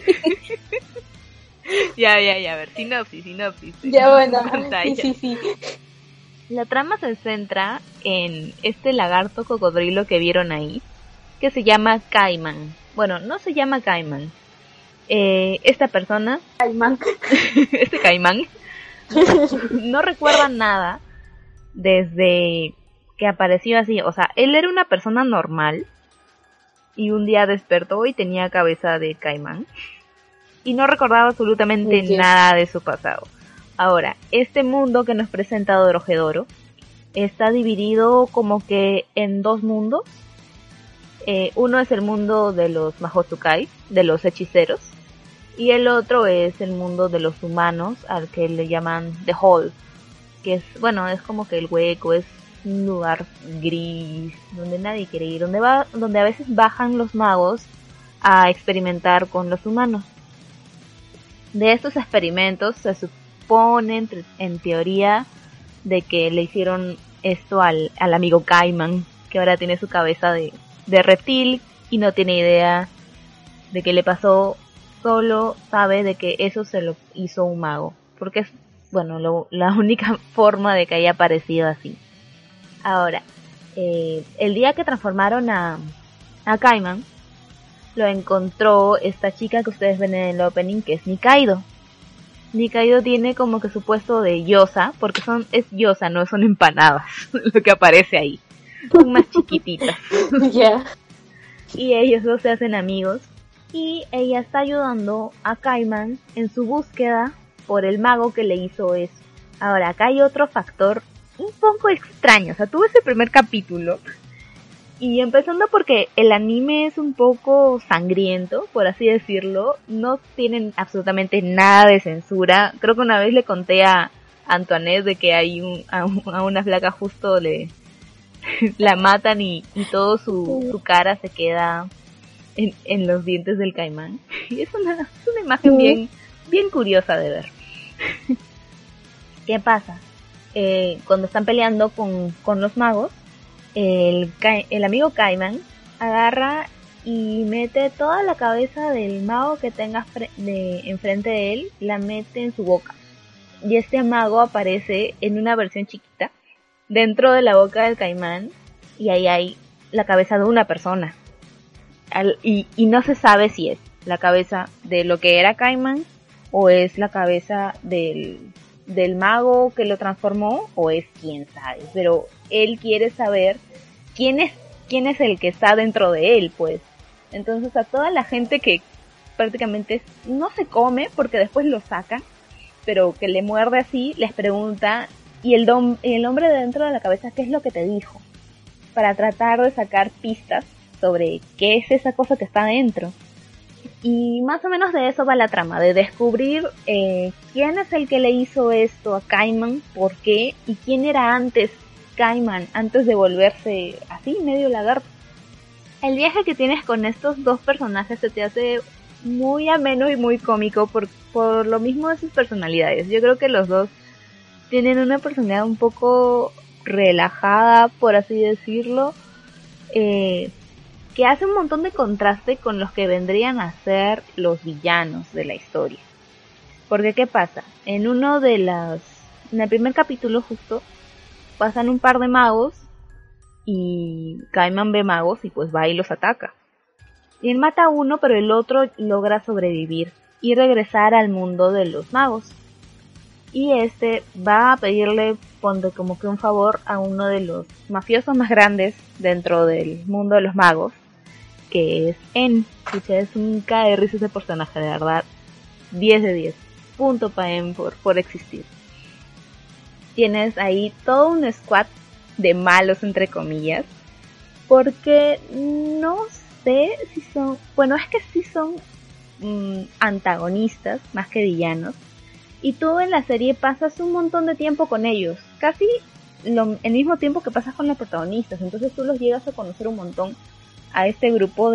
Ya, a ver, sinopsis. Ya, bueno, sí. La trama se centra en este lagarto cocodrilo que vieron ahí, que se llama Caimán. Bueno, no se llama Caimán. Esta persona... Caimán. Este Caimán no recuerda nada desde que apareció así. O sea, él era una persona normal y un día despertó y tenía cabeza de Caimán. Y no recordaba absolutamente nada de su pasado. Ahora, este mundo que nos presenta Dorohedoro está dividido como que en 2 mundos. Uno es el mundo de los Mahotsukai, de los hechiceros, y el otro es el mundo de los humanos, al que le llaman The Hall, que es, bueno, es como que el hueco, es un lugar gris, donde nadie quiere ir, donde a veces bajan los magos a experimentar con los humanos. De estos experimentos se supone, en teoría, de que le hicieron esto al amigo Kaiman, que ahora tiene su cabeza de reptil y no tiene idea de qué le pasó, solo sabe de que eso se lo hizo un mago, porque es, bueno, la única forma de que haya aparecido así. Ahora, el día que transformaron a Kaiman, lo encontró esta chica que ustedes ven en el opening, que es Nikaido. Nikaido tiene como que su puesto de gyoza, porque es gyoza, no son empanadas, lo que aparece ahí. Son más chiquititas. Ya. Y ellos dos se hacen amigos. Y ella está ayudando a Kaiman en su búsqueda por el mago que le hizo eso. Ahora, acá hay otro factor un poco extraño. O sea, tuve ese primer capítulo. Y empezando porque el anime es un poco sangriento, por así decirlo. No tienen absolutamente nada de censura. Creo que una vez le conté a Antoinette de que hay a una flaca justo la matan y todo su cara se queda en los dientes del caimán. Y es una imagen bien curiosa de ver. ¿Qué pasa? Cuando están peleando con los magos, el amigo Kaiman agarra y mete toda la cabeza del mago que tenga enfrente de él, la mete en su boca. Y este mago aparece en una versión chiquita dentro de la boca del caimán, y ahí hay la cabeza de una persona. Y no se sabe si es la cabeza de lo que era Kaiman o es la cabeza del mago que lo transformó, o es quién sabe, pero él quiere saber quién es el que está dentro de él, pues. Entonces a toda la gente que prácticamente no se come porque después lo sacan, pero que le muerde así, les pregunta, y el hombre de dentro de la cabeza, ¿qué es lo que te dijo? Para tratar de sacar pistas sobre qué es esa cosa que está dentro. Y más o menos de eso va la trama, de descubrir quién es el que le hizo esto a Kaiman, por qué, y quién era antes Kaiman, antes de volverse así, medio lagarto. El viaje que tienes con estos dos personajes se te hace muy ameno y muy cómico por lo mismo de sus personalidades. Yo creo que los dos tienen una personalidad un poco relajada, por así decirlo, que hace un montón de contraste con los que vendrían a ser los villanos de la historia. Porque ¿qué pasa? En el primer capítulo justo pasan un par de magos y Kaiman ve magos y pues va y los ataca. Y él mata a uno, pero el otro logra sobrevivir y regresar al mundo de los magos. Y este va a pedirle, ponte como que un favor a uno de los mafiosos más grandes dentro del mundo de los magos, que es En. Escucha, es un cae de risa ese personaje, de verdad. 10 de 10. Punto para En por existir. Tienes ahí todo un squad de malos, entre comillas, porque no sé si son, bueno, es que sí son antagonistas más que villanos, y tú en la serie pasas un montón de tiempo con ellos, casi el mismo tiempo que pasas con los protagonistas, entonces tú los llegas a conocer un montón a este grupo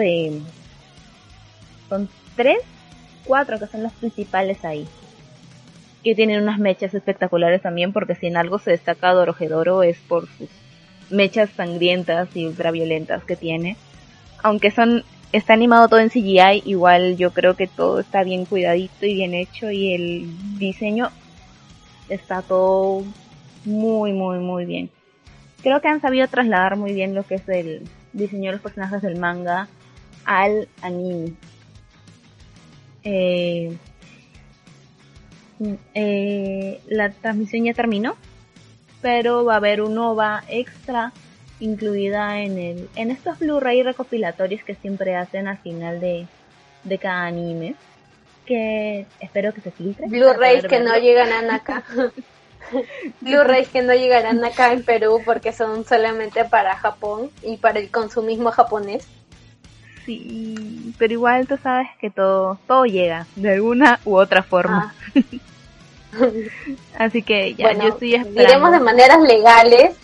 son 3, 4 que son los principales ahí, que tienen unas mechas espectaculares también, porque si en algo se destaca Dorohedoro es por sus mechas sangrientas y ultraviolentas que tiene. Aunque está animado todo en CGI, igual yo creo que todo está bien cuidadito y bien hecho, y el diseño está todo muy muy muy bien. Creo que han sabido trasladar muy bien lo que es el diseño de los personajes del manga al anime. La transmisión ya terminó, pero va a haber un OVA extra incluida en estos Blu-ray recopilatorios que siempre hacen al final de cada anime, que espero que se filtre. Blu-rays que no llegarán acá. Blu-rays que no llegarán acá en Perú porque son solamente para Japón y para el consumismo japonés. Sí, pero igual tú sabes que todo llega de alguna u otra forma. Ah. Así que ya, bueno, yo estoy esperando. diremos de maneras legales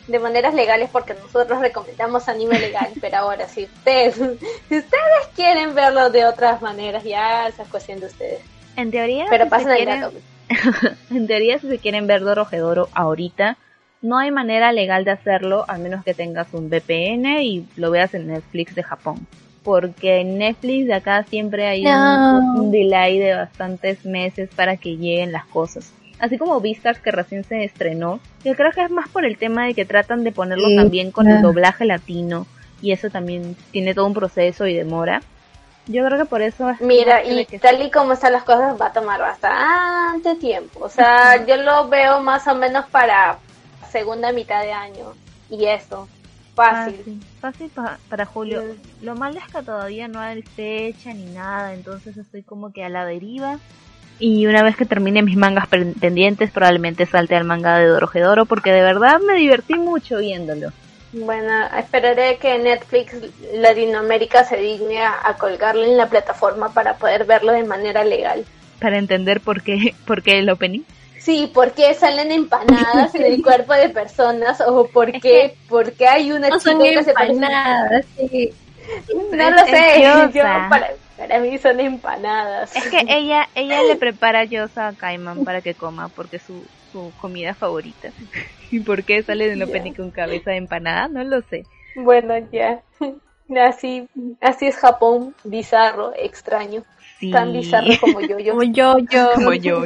de maneras legales porque nosotros recomendamos anime legal, pero ahora si ustedes quieren verlo de otras maneras, ya esa es cuestión de ustedes. En teoría, pero si pasen se el quieren, dato. en teoría, si se quieren ver Dorohedoro ahorita, no hay manera legal de hacerlo, al menos que tengas un VPN y lo veas en Netflix de Japón. Porque en Netflix de acá siempre hay un delay de bastantes meses para que lleguen las cosas. Así como Beastars, que recién se estrenó. Yo creo que es más por el tema de que tratan de ponerlo también con el doblaje latino. Y eso también tiene todo un proceso y demora. Yo creo que por eso es... Mira, y tal y como están las cosas va a tomar bastante tiempo. O sea, yo lo veo más o menos para segunda mitad de año. Y eso, fácil para julio. Lo malo es que todavía no hay fecha ni nada. Entonces estoy como que a la deriva. Y una vez que termine mis mangas pendientes, probablemente salte al manga de Dorohedoro, porque de verdad me divertí mucho viéndolo. Bueno, esperaré que Netflix Latinoamérica se digne a colgarlo en la plataforma para poder verlo de manera legal. Para entender por qué el opening. Sí, por qué salen empanadas en el cuerpo de personas, o por qué hay una chica que se parece... Sí. No lo sé, para mí son empanadas. Es que ella le prepara a Yosa a Kaiman para que coma, porque es su comida favorita. ¿Y por qué sale de un opening con cabeza de empanada? No lo sé. Bueno, ya. Así es Japón, bizarro, extraño. Sí. Tan bizarro como yo. Como yo.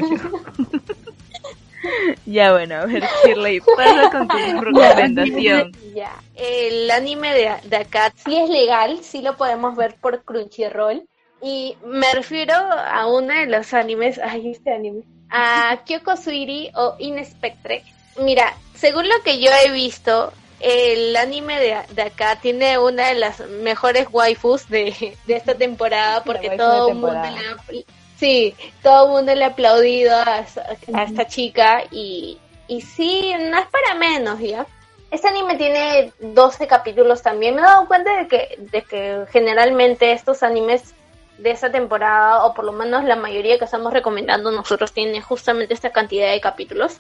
Ya, bueno, a ver, Shirley, pasa con tu recomendación. Ya, el anime de acá sí es legal, sí lo podemos ver por Crunchyroll. Y me refiero a uno de los animes, a Kyoko Suiri o Inspectre. Mira, según lo que yo he visto, el anime de acá tiene una de las mejores waifus de esta temporada, porque todo el mundo todo el mundo le ha aplaudido a esta chica y sí, no es para menos, ¿ya? Este anime tiene 12 capítulos también. Me he dado cuenta de que generalmente estos animes de esta temporada, o por lo menos la mayoría que estamos recomendando nosotros, tienen justamente esta cantidad de capítulos.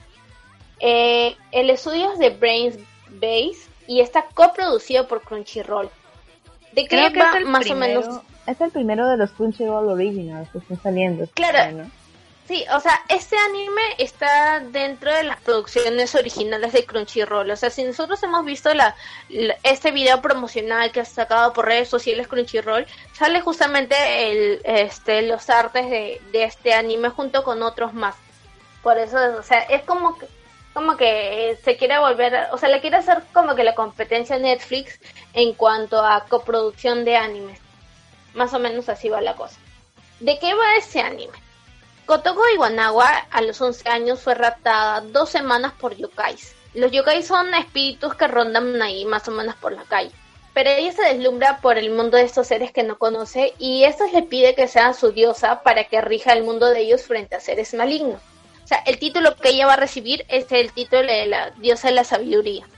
El estudio es de Brains Base y está coproducido por Crunchyroll. ¿De qué va más o menos? Es el primero de los Crunchyroll Originals que están saliendo. Claro. ¿No? Sí, o sea, este anime está dentro de las producciones originales de Crunchyroll. O sea, si nosotros hemos visto este video promocional que ha sacado por redes sociales Crunchyroll, sale justamente los artes de este anime junto con otros más. Por eso, o sea, es como que se quiere volver, o sea, le quiere hacer como que la competencia a Netflix en cuanto a coproducción de animes. Más o menos así va la cosa. ¿De qué va ese anime? Kotoko Iwanawa a los 11 años fue raptada 2 semanas por yokais. Los yokais son espíritus que rondan ahí más o menos por la calle. Pero ella se deslumbra por el mundo de estos seres que no conoce y estos le pide que sea su diosa para que rija el mundo de ellos frente a seres malignos. O sea, el título que ella va a recibir es el título de la diosa de la sabiduría.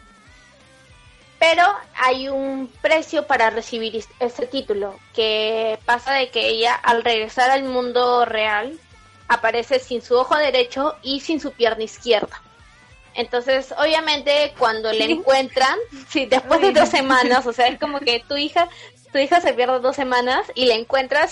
Pero hay un precio para recibir este título, que pasa de que ella al regresar al mundo real aparece sin su ojo derecho y sin su pierna izquierda. Entonces, obviamente, cuando le encuentran, después de 2 semanas, o sea, es como que tu hija se pierde 2 semanas y la encuentras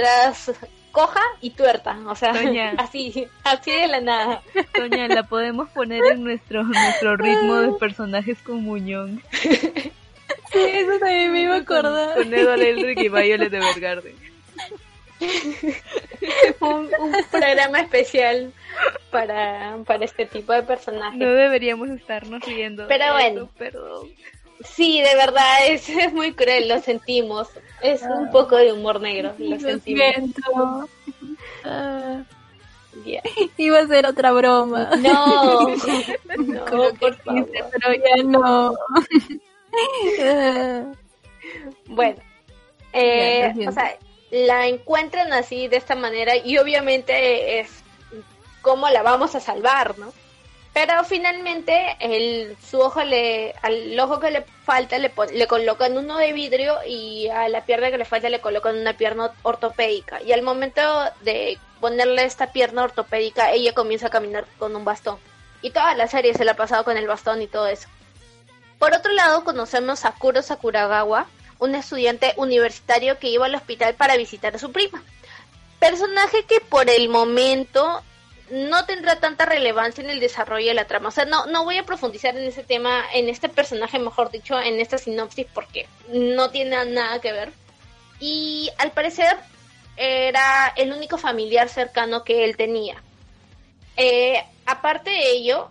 coja y tuerta, o sea, Toña, así de la nada. Toña, la podemos poner en nuestro ritmo de personajes con Muñón. Sí, eso también me iba a acordar. Con Edward Elric y Violet Evergarden. un programa especial para este tipo de personajes. No deberíamos estarnos riendo. Pero bueno, perdón. Sí, de verdad, es muy cruel, lo sentimos. Es un poco de humor negro, lo sentimos. Yeah. Iba a ser otra broma. No, por favor. Pero ya no. Bueno, o sea, la encuentran así, de esta manera, y obviamente es cómo la vamos a salvar, ¿no? Pero finalmente al ojo que le falta le colocan uno de vidrio y a la pierna que le falta le colocan una pierna ortopédica. Y al momento de ponerle esta pierna ortopédica, ella comienza a caminar con un bastón. Y toda la serie se la ha pasado con el bastón y todo eso. Por otro lado, conocemos a Kuro Sakuragawa, un estudiante universitario que iba al hospital para visitar a su prima. Personaje que por el momento no tendrá tanta relevancia en el desarrollo de la trama. O sea, no voy a profundizar en ese tema, en este personaje, mejor dicho, en esta sinopsis, porque no tiene nada que ver. Y al parecer era el único familiar cercano que él tenía. Aparte de ello,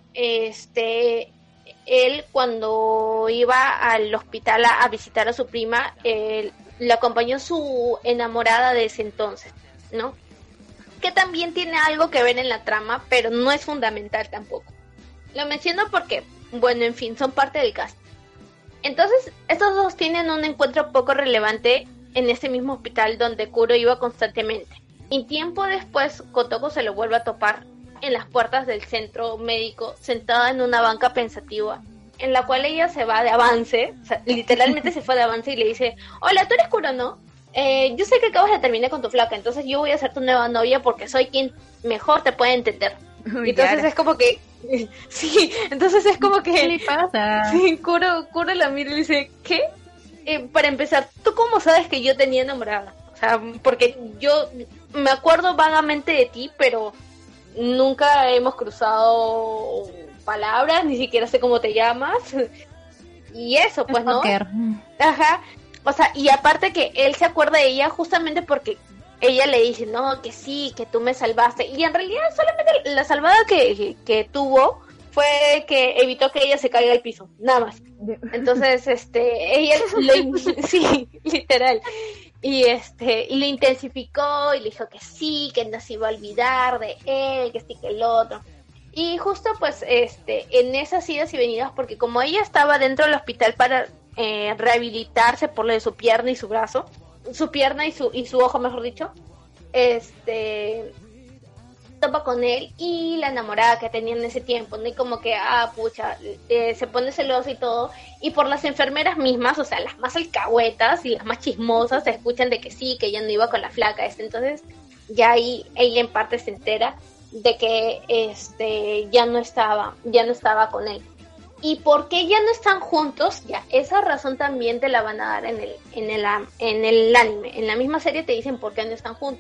él cuando iba al hospital a visitar a su prima, le acompañó su enamorada de ese entonces, ¿no? Que también tiene algo que ver en la trama, pero no es fundamental tampoco. Lo menciono porque, bueno, en fin, son parte del cast. Entonces, estos dos tienen un encuentro poco relevante en este mismo hospital donde Kuro iba constantemente. Y tiempo después, Kotoko se lo vuelve a topar en las puertas del centro médico, sentada en una banca pensativa, en la cual ella se va de avance, o sea, literalmente se fue de avance y le dice: hola, tú eres Kuro, ¿no? Yo sé que acabas de terminar con tu flaca, entonces yo voy a ser tu nueva novia porque soy quien mejor te puede entender. Uy, entonces Yara. es como que... sí, entonces es como que... ¿Qué le pasa? Sí, Kuro la mira y le dice: ¿qué? Para empezar, ¿tú cómo sabes que yo tenía enamorada? O sea, porque yo me acuerdo vagamente de ti, pero nunca hemos cruzado palabras, ni siquiera sé cómo te llamas. Y eso, pues, ¿no? Stalker. Ajá. O sea, y aparte que él se acuerda de ella justamente porque ella le dice: no, que sí, que tú me salvaste. Y en realidad solamente la salvada que tuvo fue que evitó que ella se caiga al piso, nada más. Entonces, ella sí, literal. Y lo intensificó y le dijo que sí, que no se iba a olvidar de él, que sí, que el otro. Y justo pues en esas idas y venidas, porque como ella estaba dentro del hospital para rehabilitarse por lo de su pierna y su brazo, su pierna y su ojo, mejor dicho, topa con él y la enamorada que tenía en ese tiempo, ¿no? Y como que, pucha, se pone celosa y todo, y por las enfermeras mismas, o sea, las más alcahuetas y las más chismosas, se escuchan de que sí, que ella no iba con la flaca, entonces ya ahí ella en parte se entera de que ya no estaba con él. ¿Y por qué ya no están juntos? Ya, esa razón también te la van a dar en el anime. En la misma serie te dicen por qué no están juntos.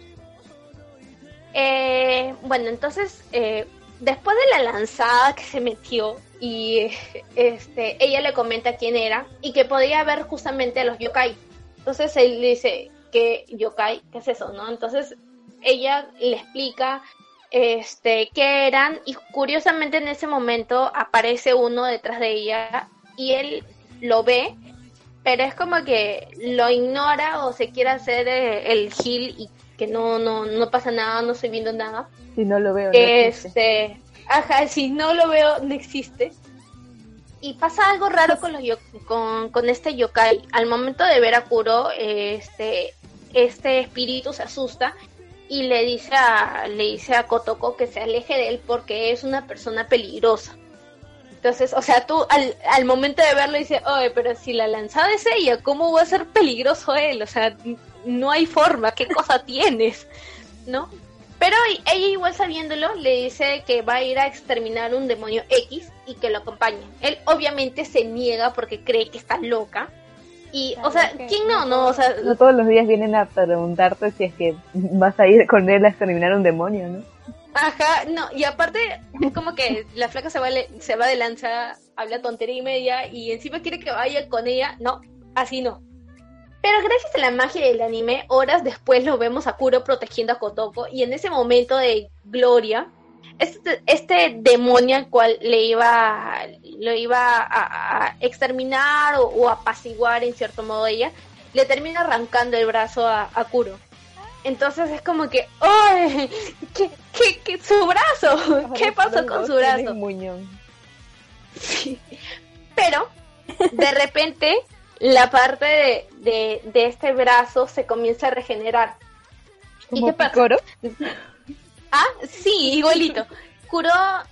Bueno, entonces, después de la lanzada que se metió y ella le comenta quién era y que podía ver justamente a los yokai. Entonces él le dice: ¿qué yokai? ¿Qué es eso, no? Entonces ella le explica qué eran, y curiosamente en ese momento aparece uno detrás de ella y él lo ve, pero es como que lo ignora o se quiere hacer el gil y que no pasa nada, no estoy viendo nada. Si no lo veo, no existe. Si no lo veo, no existe. Y pasa algo raro con este yokai. Al momento de ver a Kuro, este espíritu se asusta y le dice a Kotoko que se aleje de él porque es una persona peligrosa. Entonces, o sea, tú al momento de verlo dices: oye, pero si la lanzada es ella, ¿cómo va a ser peligroso él? O sea, no hay forma, ¿qué cosa tienes? ¿No? Pero ella, igual sabiéndolo, le dice que va a ir a exterminar un demonio X y que lo acompañe. Él obviamente se niega porque cree que está loca. Y, o sea, ¿quién no? O sea, no todos los días vienen a preguntarte si es que vas a ir con él a exterminar un demonio, ¿no? Ajá, no, y aparte es como que la flaca se va de lanza, habla tontería y media y encima quiere que vaya con ella. No, así no. Pero gracias a la magia del anime, horas después lo vemos a Kuro protegiendo a Kotoko, y en ese momento de gloria, este demonio al cual lo iba a exterminar o apaciguar en cierto modo ella, le termina arrancando el brazo a Kuro. Entonces es como que, ¡ay! ¿Qué su brazo? ¿Qué pasó con su brazo? Sí. Pero, de repente, la parte de este brazo se comienza a regenerar. ¿Y qué pasa? ¿Picoro? Sí, igualito. Kuro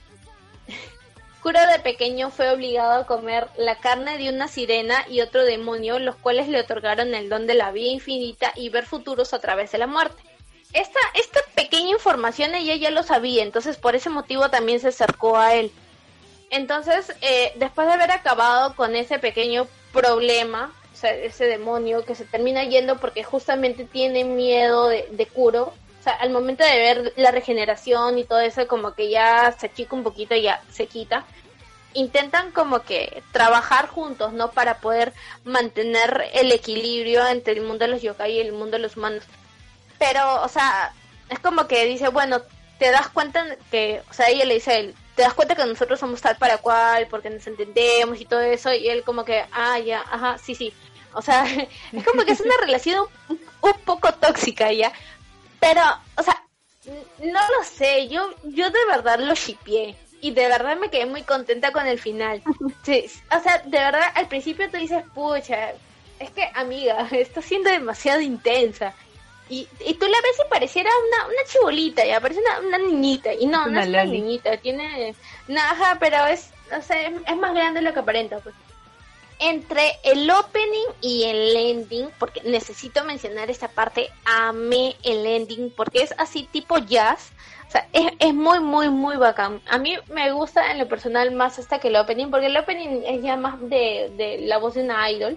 de pequeño fue obligado a comer la carne de una sirena y otro demonio, los cuales le otorgaron el don de la vida infinita y ver futuros a través de la muerte. Esta pequeña información ella ya lo sabía, entonces por ese motivo también se acercó a él. Entonces, después de haber acabado con ese pequeño problema, o sea, ese demonio que se termina yendo porque justamente tiene miedo de Kuro, o sea, al momento de ver la regeneración y todo eso, como que ya se achica un poquito y ya se quita. Intentan como que trabajar juntos, ¿no? Para poder mantener el equilibrio entre el mundo de los yokai y el mundo de los humanos. Pero, o sea, es como que dice, bueno, te das cuenta que, o sea, ella le dice a él, te das cuenta que nosotros somos tal para cual, porque nos entendemos y todo eso, y él como que, ya, ajá, sí. O sea, es como que es una relación un poco tóxica ya. Pero, o sea, no lo sé, yo de verdad lo shippié. Y de verdad me quedé muy contenta con el final. Sí, o sea, de verdad, al principio tú dices, pucha, es que, amiga, está siendo demasiado intensa. Y tú la ves y pareciera una chibolita, ya parece una niñita. Y no es una niñita, tiene... Ajá, pero es, o sea, es más grande de lo que aparenta, pues. Entre el opening y el ending, porque necesito mencionar esta parte, amé el ending, porque es así tipo jazz. O sea, es muy, muy, muy bacán. A mí me gusta en lo personal más hasta que el opening, porque el opening es ya más de la voz de una idol.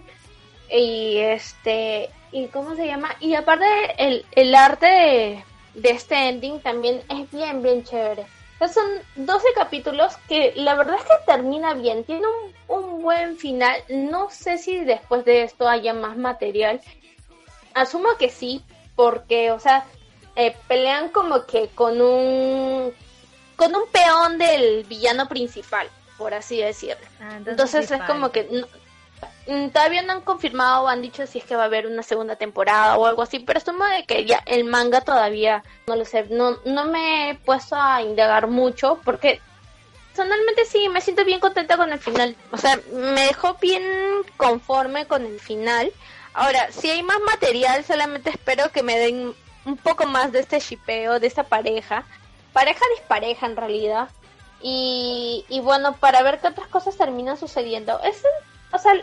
Y ¿cómo se llama? Y aparte el arte de este ending también es bien, bien chévere. O sea, son 12 capítulos que la verdad es que termina bien. Tiene un buen final. No sé si después de esto haya más material. Asumo que sí, porque, o sea, pelean como que con un peón del villano principal, por así decirlo. Entonces es como que todavía no han confirmado o han dicho si es que va a haber una segunda temporada o algo así, pero asumo de que ya el manga todavía no lo sé, no me he puesto a indagar mucho porque personalmente sí me siento bien contenta con el final, o sea, me dejó bien conforme con el final. Ahora, si hay más material, solamente espero que me den un poco más de este shippeo, de esta pareja dispareja en realidad, y bueno, para ver qué otras cosas terminan sucediendo. O sea,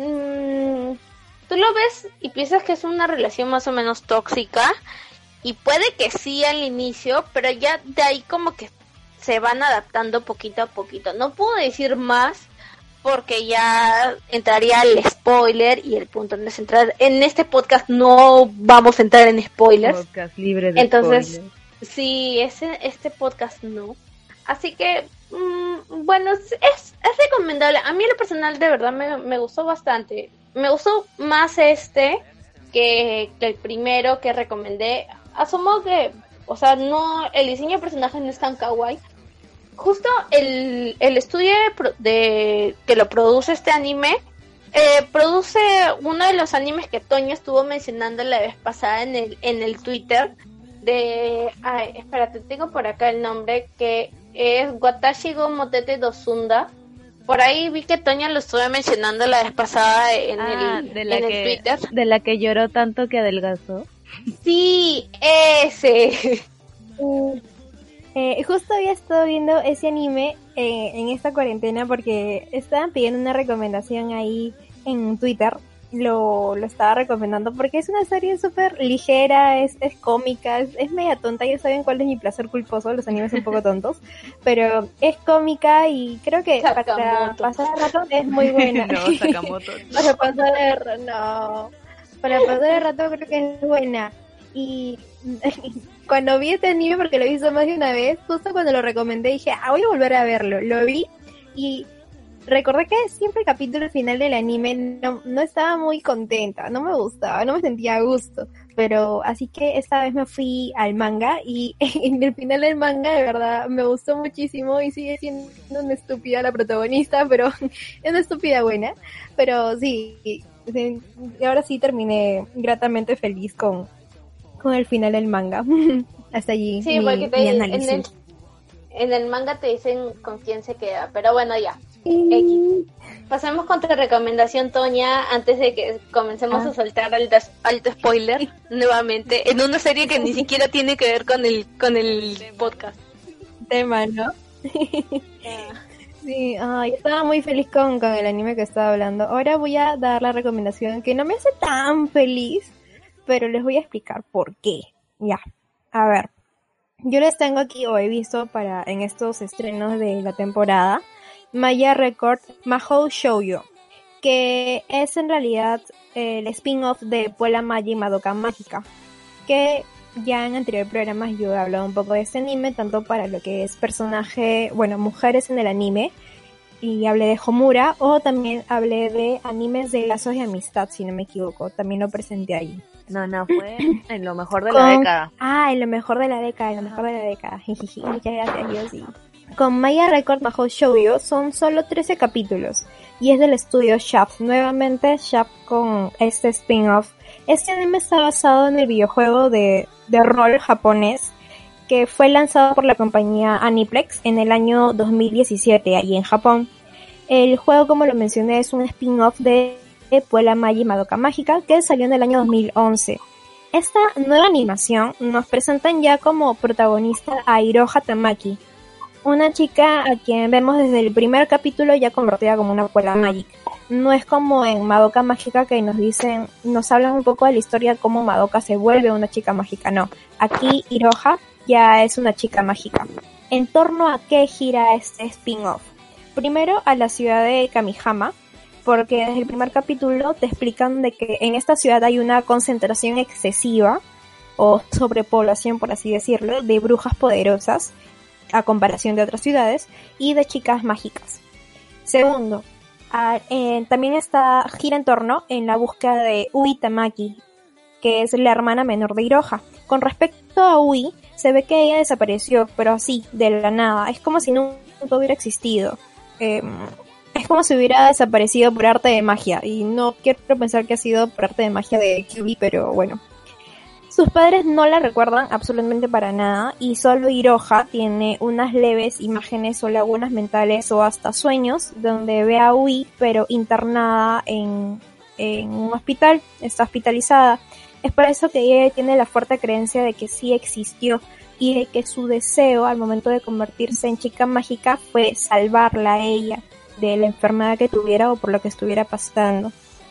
tú lo ves y piensas que es una relación más o menos tóxica, y puede que sí al inicio, pero ya de ahí como que se van adaptando poquito a poquito. No puedo decir más porque ya entraría el spoiler, y el punto no es entrar en este podcast, no vamos a entrar en spoilers. Podcast libre de entonces spoilers. Sí, este podcast no. Así que bueno, es recomendable. A mí en lo personal de verdad me gustó bastante. Me gustó más que el primero que recomendé. Asumo que, o sea, no, el diseño de personajes no es tan kawaii. Justo el estudio que lo produce este anime, produce uno de los animes que Toño estuvo mencionando la vez pasada en el Twitter espérate, tengo por acá el nombre, que es Watashi go Motete Dosunda. Por ahí vi que Toña lo estuve mencionando la vez pasada en el Twitter. De la que lloró tanto que adelgazó. Sí, ese. Justo había estado viendo ese anime en esta cuarentena porque estaban pidiendo una recomendación ahí en Twitter. Lo estaba recomendando porque es una serie súper ligera, es cómica, es media tonta. Ya saben cuál es mi placer culposo, los animes un poco tontos, pero es cómica y creo que para pasar el rato es muy buena. Sakamoto. Para pasar el rato creo que es buena. Y cuando vi este anime, porque lo he visto más de una vez, justo cuando lo recomendé dije, voy a volver a verlo. Lo vi y recordé que siempre el capítulo final del anime no estaba muy contenta, no me gustaba, no me sentía a gusto, pero así que esta vez me fui al manga y en el final del manga de verdad me gustó muchísimo y sigue siendo una estúpida la protagonista, pero es una estúpida buena, pero sí, ahora sí terminé gratamente feliz con el final del manga. Hasta allí sí, mi análisis. En el manga te dicen con quién se queda, pero bueno, ya. X. Pasemos con tu recomendación, Toña, antes de que comencemos a soltar alto spoiler nuevamente en una serie que ni siquiera tiene que ver con el podcast. Tema, ¿no? Sí, estaba muy feliz con el anime que estaba hablando. Ahora voy a dar la recomendación que no me hace tan feliz, pero les voy a explicar por qué. Ya, a ver. Yo les tengo aquí, o he visto en estos estrenos de la temporada, Maya Record Mahou Shoujo, que es en realidad el spin-off de Puella Maya y Madoka Mágica, que ya en anteriores programas yo he hablado un poco de este anime, tanto para lo que es mujeres en el anime, y hablé de Homura, o también hablé de animes de lazos de amistad, si no me equivoco, también lo presenté ahí. No, fue en lo mejor de la década. En lo mejor de la década, Jijiji, muchas gracias, yo sí. Con Maya Record Mahou Shoujo son solo 13 capítulos, y es del estudio Shaft, nuevamente Shaft con este spin-off. Este anime está basado en el videojuego de rol japonés, que fue lanzado por la compañía Aniplex en el año 2017, ahí en Japón. El juego, como lo mencioné, es un spin-off de Puella Maya y Madoka Mágica, que salió en el año 2011. Esta nueva animación nos presentan ya como protagonista a Iroha Tamaki, una chica a quien vemos desde el primer capítulo ya convertida como una Puella Magic. No es como en Madoka Mágica que nos hablan un poco de la historia de cómo Madoka se vuelve una chica mágica. No, aquí Iroha ya es una chica mágica. ¿En torno a qué gira este spin-off? Primero a la ciudad de Kamihama, porque desde el primer capítulo te explican de que en esta ciudad hay una concentración excesiva, o sobrepoblación por así decirlo, de brujas poderosas, a comparación de otras ciudades, y de chicas mágicas. Segundo, también gira en torno en la búsqueda de Ui Tamaki, que es la hermana menor de Iroha. Con respecto a Ui, se ve que ella desapareció, pero así, de la nada. Es como si nunca hubiera existido. Es como si hubiera desaparecido por arte de magia, y no quiero pensar que ha sido por arte de magia de Kyuubi, pero bueno. Sus padres no la recuerdan absolutamente para nada, y solo Iroha tiene unas leves imágenes o lagunas mentales o hasta sueños donde ve a Ui, pero internada en un hospital, está hospitalizada. Es por eso que ella tiene la fuerte creencia de que sí existió, y de que su deseo al momento de convertirse en chica mágica fue salvarla a ella de la enfermedad que tuviera o por lo que estuviera pasando.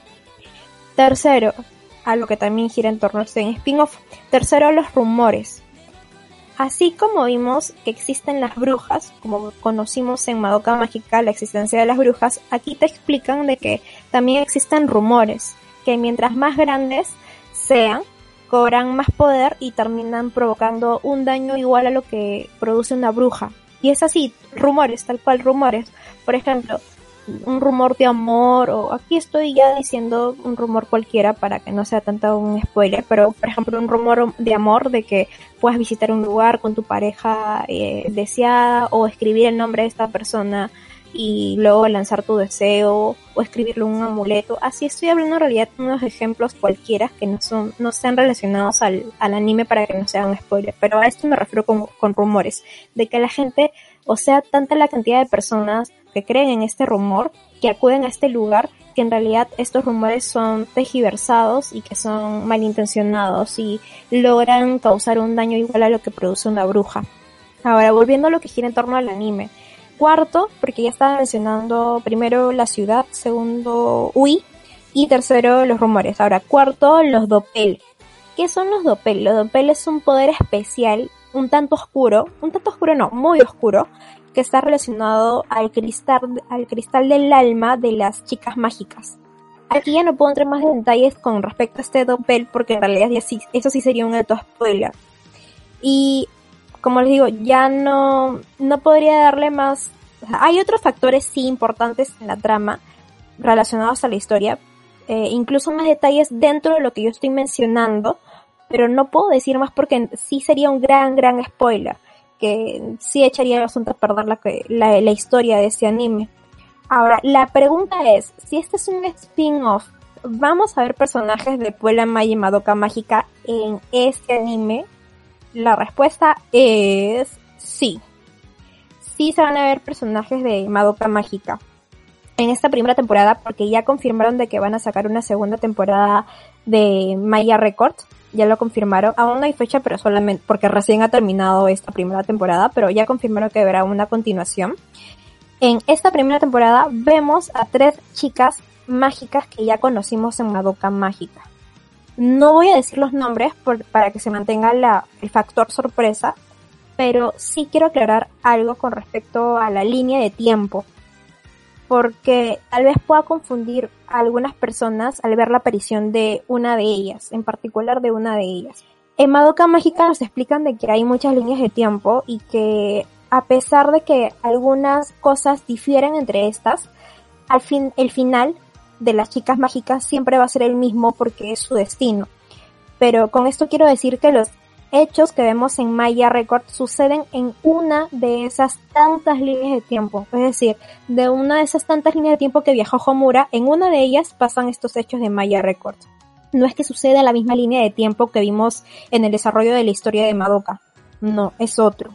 Tercero, a lo que también gira en torno a este spin-off. Tercero, los rumores. Así como vimos que existen las brujas, como conocimos en Madoka Mágica la existencia de las brujas, aquí te explican de que también existen rumores, que mientras más grandes sean, cobran más poder y terminan provocando un daño igual a lo que produce una bruja. Y es así, rumores, tal cual rumores. Por ejemplo, un rumor de amor, o aquí estoy ya diciendo un rumor cualquiera para que no sea tanto un spoiler, pero por ejemplo un rumor de amor de que puedas visitar un lugar con tu pareja deseada, o escribir el nombre de esta persona y luego lanzar tu deseo, o escribirle un amuleto. Así estoy hablando en realidad de unos ejemplos cualquiera que no sean relacionados al anime para que no sea un spoiler, pero a esto me refiero con rumores, de que la gente, o sea, tanta la cantidad de personas que creen en este rumor, que acuden a este lugar, que en realidad estos rumores son tergiversados y que son malintencionados y logran causar un daño igual a lo que produce una bruja. Ahora, volviendo a lo que gira en torno al anime. Cuarto, porque ya estaba mencionando primero la ciudad, segundo Ui, y tercero los rumores. Ahora, cuarto, los Doppel. ¿Qué son los Doppel? Los Doppel es un poder especial, un tanto oscuro no, muy oscuro, que está relacionado al cristal del alma de las chicas mágicas. Aquí ya no puedo entrar más en detalles con respecto a este Doppel, porque en realidad eso sí sería un alto spoiler. Y como les digo, ya no podría darle más. O sea, hay otros factores sí importantes en la trama relacionados a la historia, incluso más detalles dentro de lo que yo estoy mencionando, pero no puedo decir más porque sí sería un gran spoiler, que sí echaría el asunto a perder la historia de ese anime. Ahora, la pregunta es, si este es un spin-off, ¿vamos a ver personajes de Puella Maya y Madoka Mágica en este anime? La respuesta es sí. Sí se van a ver personajes de Madoka Mágica en esta primera temporada, porque ya confirmaron de que van a sacar una segunda temporada de Maya Records. Ya lo confirmaron, aún no hay fecha, pero solamente porque recién ha terminado esta primera temporada, pero ya confirmaron que habrá una continuación. En esta primera temporada vemos a 3 chicas mágicas que ya conocimos en Madoka Mágica. No voy a decir los nombres para que se mantenga el factor sorpresa, pero sí quiero aclarar algo con respecto a la línea de tiempo. porque tal vez pueda confundir a algunas personas al ver la aparición de una de ellas, en particular de una de ellas. En Madoka Mágica nos explican de que hay muchas líneas de tiempo y que a pesar de que algunas cosas difieren entre estas, el final de las chicas mágicas siempre va a ser el mismo porque es su destino. Pero con esto quiero decir que los hechos que vemos en Maya Records suceden en una de esas tantas líneas de tiempo. Es decir, de una de esas tantas líneas de tiempo que viajó Homura, en una de ellas pasan estos hechos de Maya Records. No es que suceda en la misma línea de tiempo que vimos en el desarrollo de la historia de Madoka. No, es otro.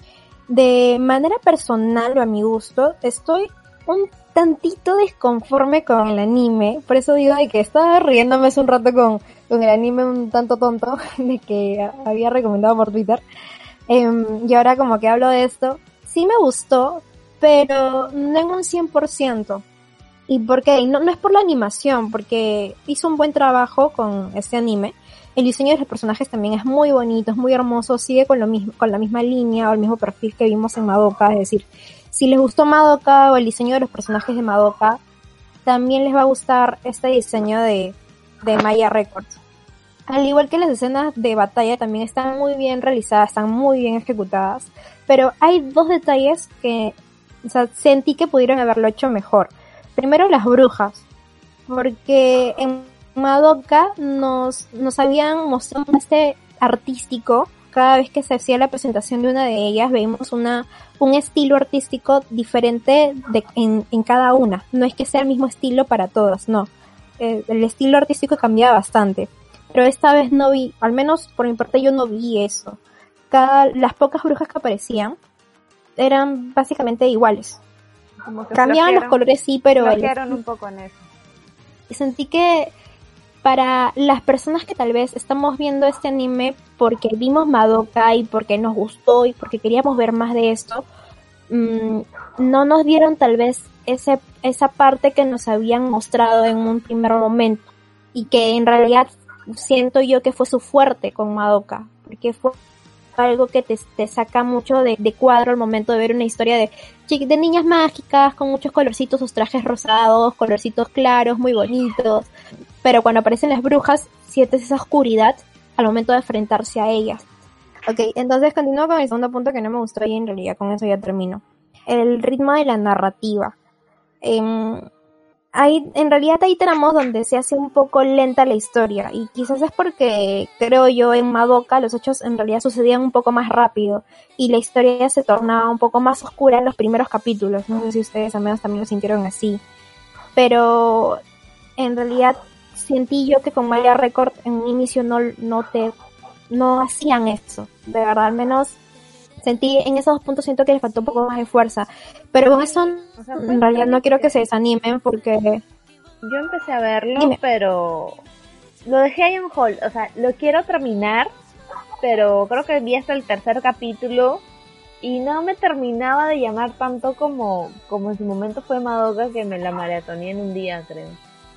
De manera personal o a mi gusto, estoy un tantito desconforme con el anime. Por eso digo de que estaba riéndome hace un rato con el anime un tanto tonto de que había recomendado por Twitter. Y ahora como que hablo de esto, sí me gustó, pero no en un 100%. ¿Y por qué? No es por la animación, porque hizo un buen trabajo con este anime. El diseño de los personajes también es muy bonito, es muy hermoso, sigue con la misma línea o el mismo perfil que vimos en Madoka. Es decir, si les gustó Madoka o el diseño de los personajes de Madoka, también les va a gustar este diseño de Maya Records. Al igual que las escenas de batalla también están muy bien realizadas, están muy bien ejecutadas, pero hay dos detalles que, o sea, sentí que pudieron haberlo hecho mejor. Primero, las brujas, porque en Madoka nos habían mostrado este artístico. Cada vez que se hacía la presentación de una de ellas, veíamos un estilo artístico diferente en cada una. No es que sea el mismo estilo para todas, no. El estilo artístico cambiaba bastante. Pero esta vez no vi, al menos por mi parte yo no vi eso. Las pocas brujas que aparecían eran básicamente iguales. Como que Cambiaban los colores, sí, pero... Flojearon un poco en eso. Y sentí que para las personas que tal vez estamos viendo este anime porque vimos Madoka y porque nos gustó y porque queríamos ver más de esto, no nos dieron tal vez esa parte que nos habían mostrado en un primer momento y que en realidad siento yo que fue su fuerte con Madoka, porque fue algo que te saca mucho de cuadro al momento de ver una historia de niñas mágicas con muchos colorcitos, sus trajes rosados, colorcitos claros, muy bonitos, pero cuando aparecen las brujas sientes esa oscuridad al momento de enfrentarse a ellas. Ok, entonces continúo con el segundo punto que no me gustó y en realidad con eso ya termino. El ritmo de la narrativa. En realidad hay tramos donde se hace un poco lenta la historia y quizás es porque creo yo en Madoka los hechos en realidad sucedían un poco más rápido y la historia se tornaba un poco más oscura en los primeros capítulos. No sé si ustedes al menos también lo sintieron así, pero en realidad sentí yo que con Maya Record en un inicio no hacían eso, de verdad, al menos sentí en esos dos puntos, siento que les faltó un poco más de fuerza, pero con eso en realidad no quiero que se desanimen porque yo empecé a verlo, Dime. pero lo dejé ahí en hold, o sea, lo quiero terminar, pero creo que vi hasta el tercer capítulo y no me terminaba de llamar tanto como en su momento fue Madoka, que me la maratoneé en un día, creo.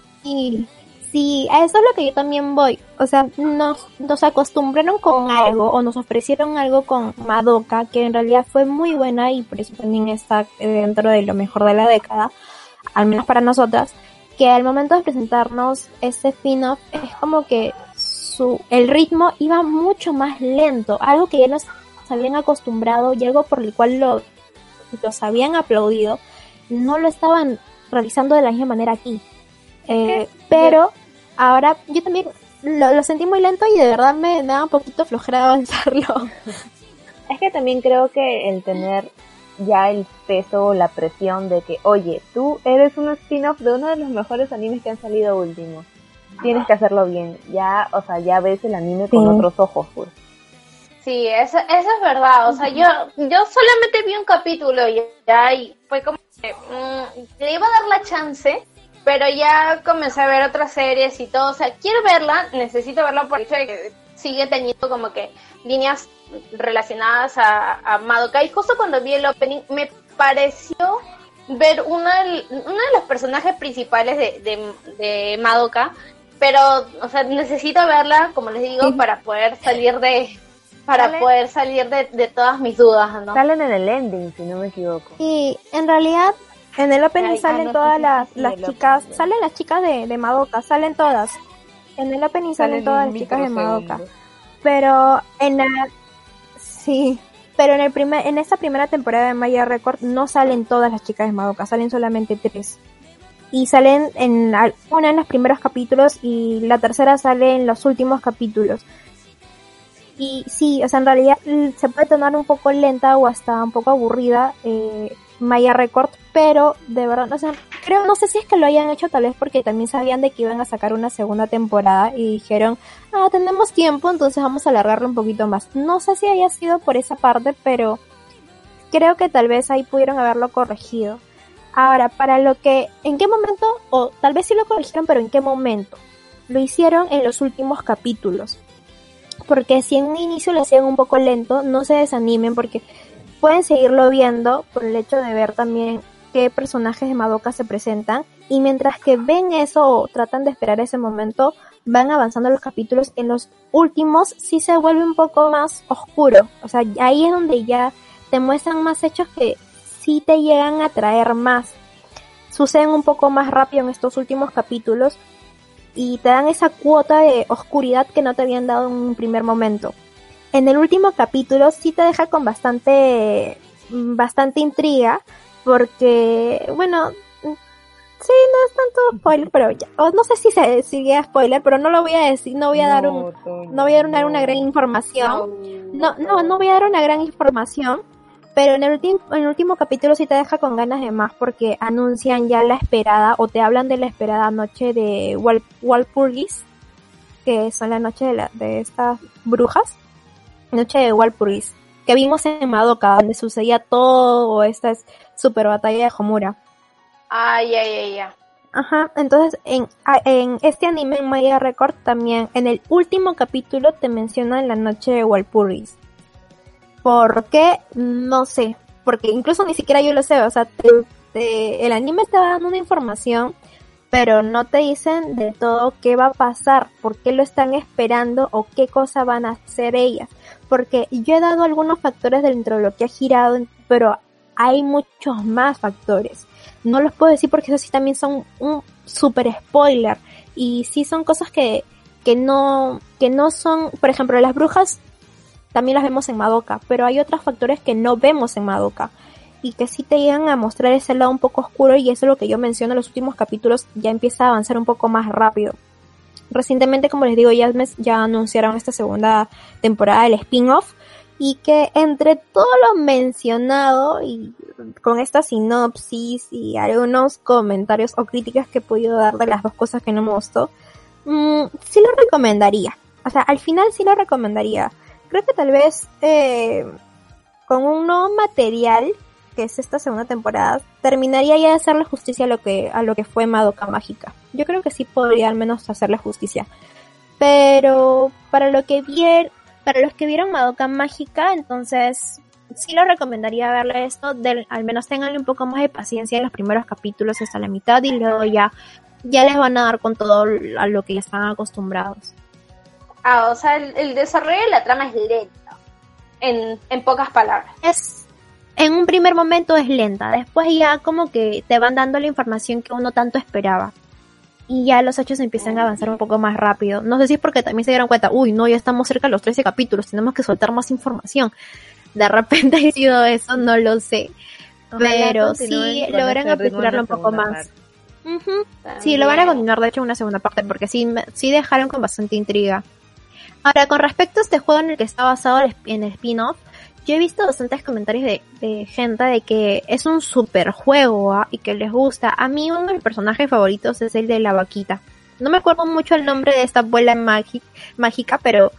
Sí, a eso es lo que yo también voy. O sea, nos acostumbraron con algo o nos ofrecieron algo con Madoka que en realidad fue muy buena y por eso también está dentro de lo mejor de la década, al menos para nosotras, que al momento de presentarnos ese spin-off es como que el ritmo iba mucho más lento, algo que ya nos habían acostumbrado y algo por el cual los habían aplaudido, no lo estaban realizando de la misma manera aquí. Pero ahora yo también lo sentí muy lento y de verdad me da un poquito flojera avanzarlo. Es que también creo que el tener ya el peso, la presión de que, oye, tú eres un spin-off de uno de los mejores animes que han salido últimos, tienes que hacerlo bien, ya, o sea, ya ves el anime con otros ojos, pues. Sí, eso es verdad, o sea, yo solamente vi un capítulo y ya y fue como que le iba a dar la chance, pero ya comencé a ver otras series y todo, o sea, quiero verla, necesito verla por el hecho de que sigue teniendo como que líneas relacionadas a Madoka, y justo cuando vi el opening me pareció ver una de los personajes principales de Madoka, pero, o sea, necesito verla, como les digo, para poder salir de todas mis dudas, ¿no? Salen en el ending, si no me equivoco. Y en realidad En el opening Ay, salen no, todas sí, las sí, el chicas, opening. salen las chicas de Madoka, salen todas. En el opening salen todas las chicas de Madoka. Pero sí, pero en esta primera temporada de Maya Record no salen todas las chicas de Madoka, salen solamente 3. Y salen una en los primeros capítulos y la tercera sale en los últimos capítulos. Y sí, o sea, en realidad se puede tornar un poco lenta o hasta un poco aburrida Maya Record, pero de verdad, o sea, no sé si es que lo hayan hecho tal vez porque también sabían de que iban a sacar una segunda temporada y dijeron, tenemos tiempo, entonces vamos a alargarlo un poquito más. No sé si haya sido por esa parte, pero creo que tal vez ahí pudieron haberlo corregido. Ahora, ¿en qué momento? O tal vez sí lo corrigieron, pero ¿en qué momento? Lo hicieron en los últimos capítulos. Porque si en un inicio lo hacían un poco lento, no se desanimen porque pueden seguirlo viendo por el hecho de ver también qué personajes de Madoka se presentan. Y mientras que ven eso o tratan de esperar ese momento, van avanzando los capítulos. En los últimos sí se vuelve un poco más oscuro. O sea, ahí es donde ya te muestran más hechos que sí te llegan a atraer más. Suceden un poco más rápido en estos últimos capítulos y te dan esa cuota de oscuridad que no te habían dado en un primer momento. En el último capítulo sí te deja con bastante intriga porque, bueno, sí, no es tanto spoiler, pero ya, no sé si se sigue spoiler, pero no lo voy a decir, no voy a dar una gran información. No voy a dar una gran información. Pero en el último capítulo sí te deja con ganas de más porque anuncian ya la esperada o te hablan de la esperada noche de Walpurgis, que son la noche de estas brujas, noche de Walpurgis, que vimos en Madoka, donde sucedía todo esta super batalla de Homura. Ya. Ajá, entonces en este anime en Maya Record también en el último capítulo te mencionan la noche de Walpurgis. ¿Por qué? No sé, porque incluso ni siquiera yo lo sé, o sea, el anime te va dando una información, pero no te dicen de todo qué va a pasar, por qué lo están esperando o qué cosa van a hacer ellas, porque yo he dado algunos factores dentro de lo que ha girado, pero hay muchos más factores, no los puedo decir porque esos sí también son un super spoiler, y sí son cosas que no son, por ejemplo, las brujas también las vemos en Madoka, pero hay otros factores que no vemos en Madoka y que sí te llegan a mostrar ese lado un poco oscuro y eso es lo que yo menciono en los últimos capítulos, ya empieza a avanzar un poco más rápido. Recientemente, como les digo, ya anunciaron esta segunda temporada del spin-off y que entre todo lo mencionado y con esta sinopsis y algunos comentarios o críticas que he podido dar de las dos cosas que no me gustó, sí lo recomendaría. O sea, al final sí lo recomendaría. Creo que tal vez con un nuevo material, que es esta segunda temporada, terminaría ya de hacerle justicia a lo que fue Madoka Mágica. Yo creo que sí podría al menos hacerle justicia. Pero para los que vieron Madoka Mágica, entonces sí lo recomendaría verle esto, al menos tenganle un poco más de paciencia en los primeros capítulos hasta la mitad y luego ya les van a dar con todo a lo que ya están acostumbrados. O sea, el desarrollo de la trama es lento, en pocas palabras. En un primer momento es lenta, después ya como que te van dando la información que uno tanto esperaba. Y ya los hechos empiezan a avanzar un poco más rápido. No sé si es porque también se dieron cuenta, ya estamos cerca de los 13 capítulos, tenemos que soltar más información. De repente ha sido eso, no lo sé. Pero sí logran apresurarlo un poco más. Uh-huh. Sí, lo van a continuar de hecho en una segunda parte, porque sí dejaron con bastante intriga. Ahora, con respecto a este juego en el que está basado en el spin-off, yo he visto bastantes comentarios de gente de que es un super juego y que les gusta. A mí uno de mis personajes favoritos es el de la vaquita. No me acuerdo mucho el nombre de esta abuela mágica, pero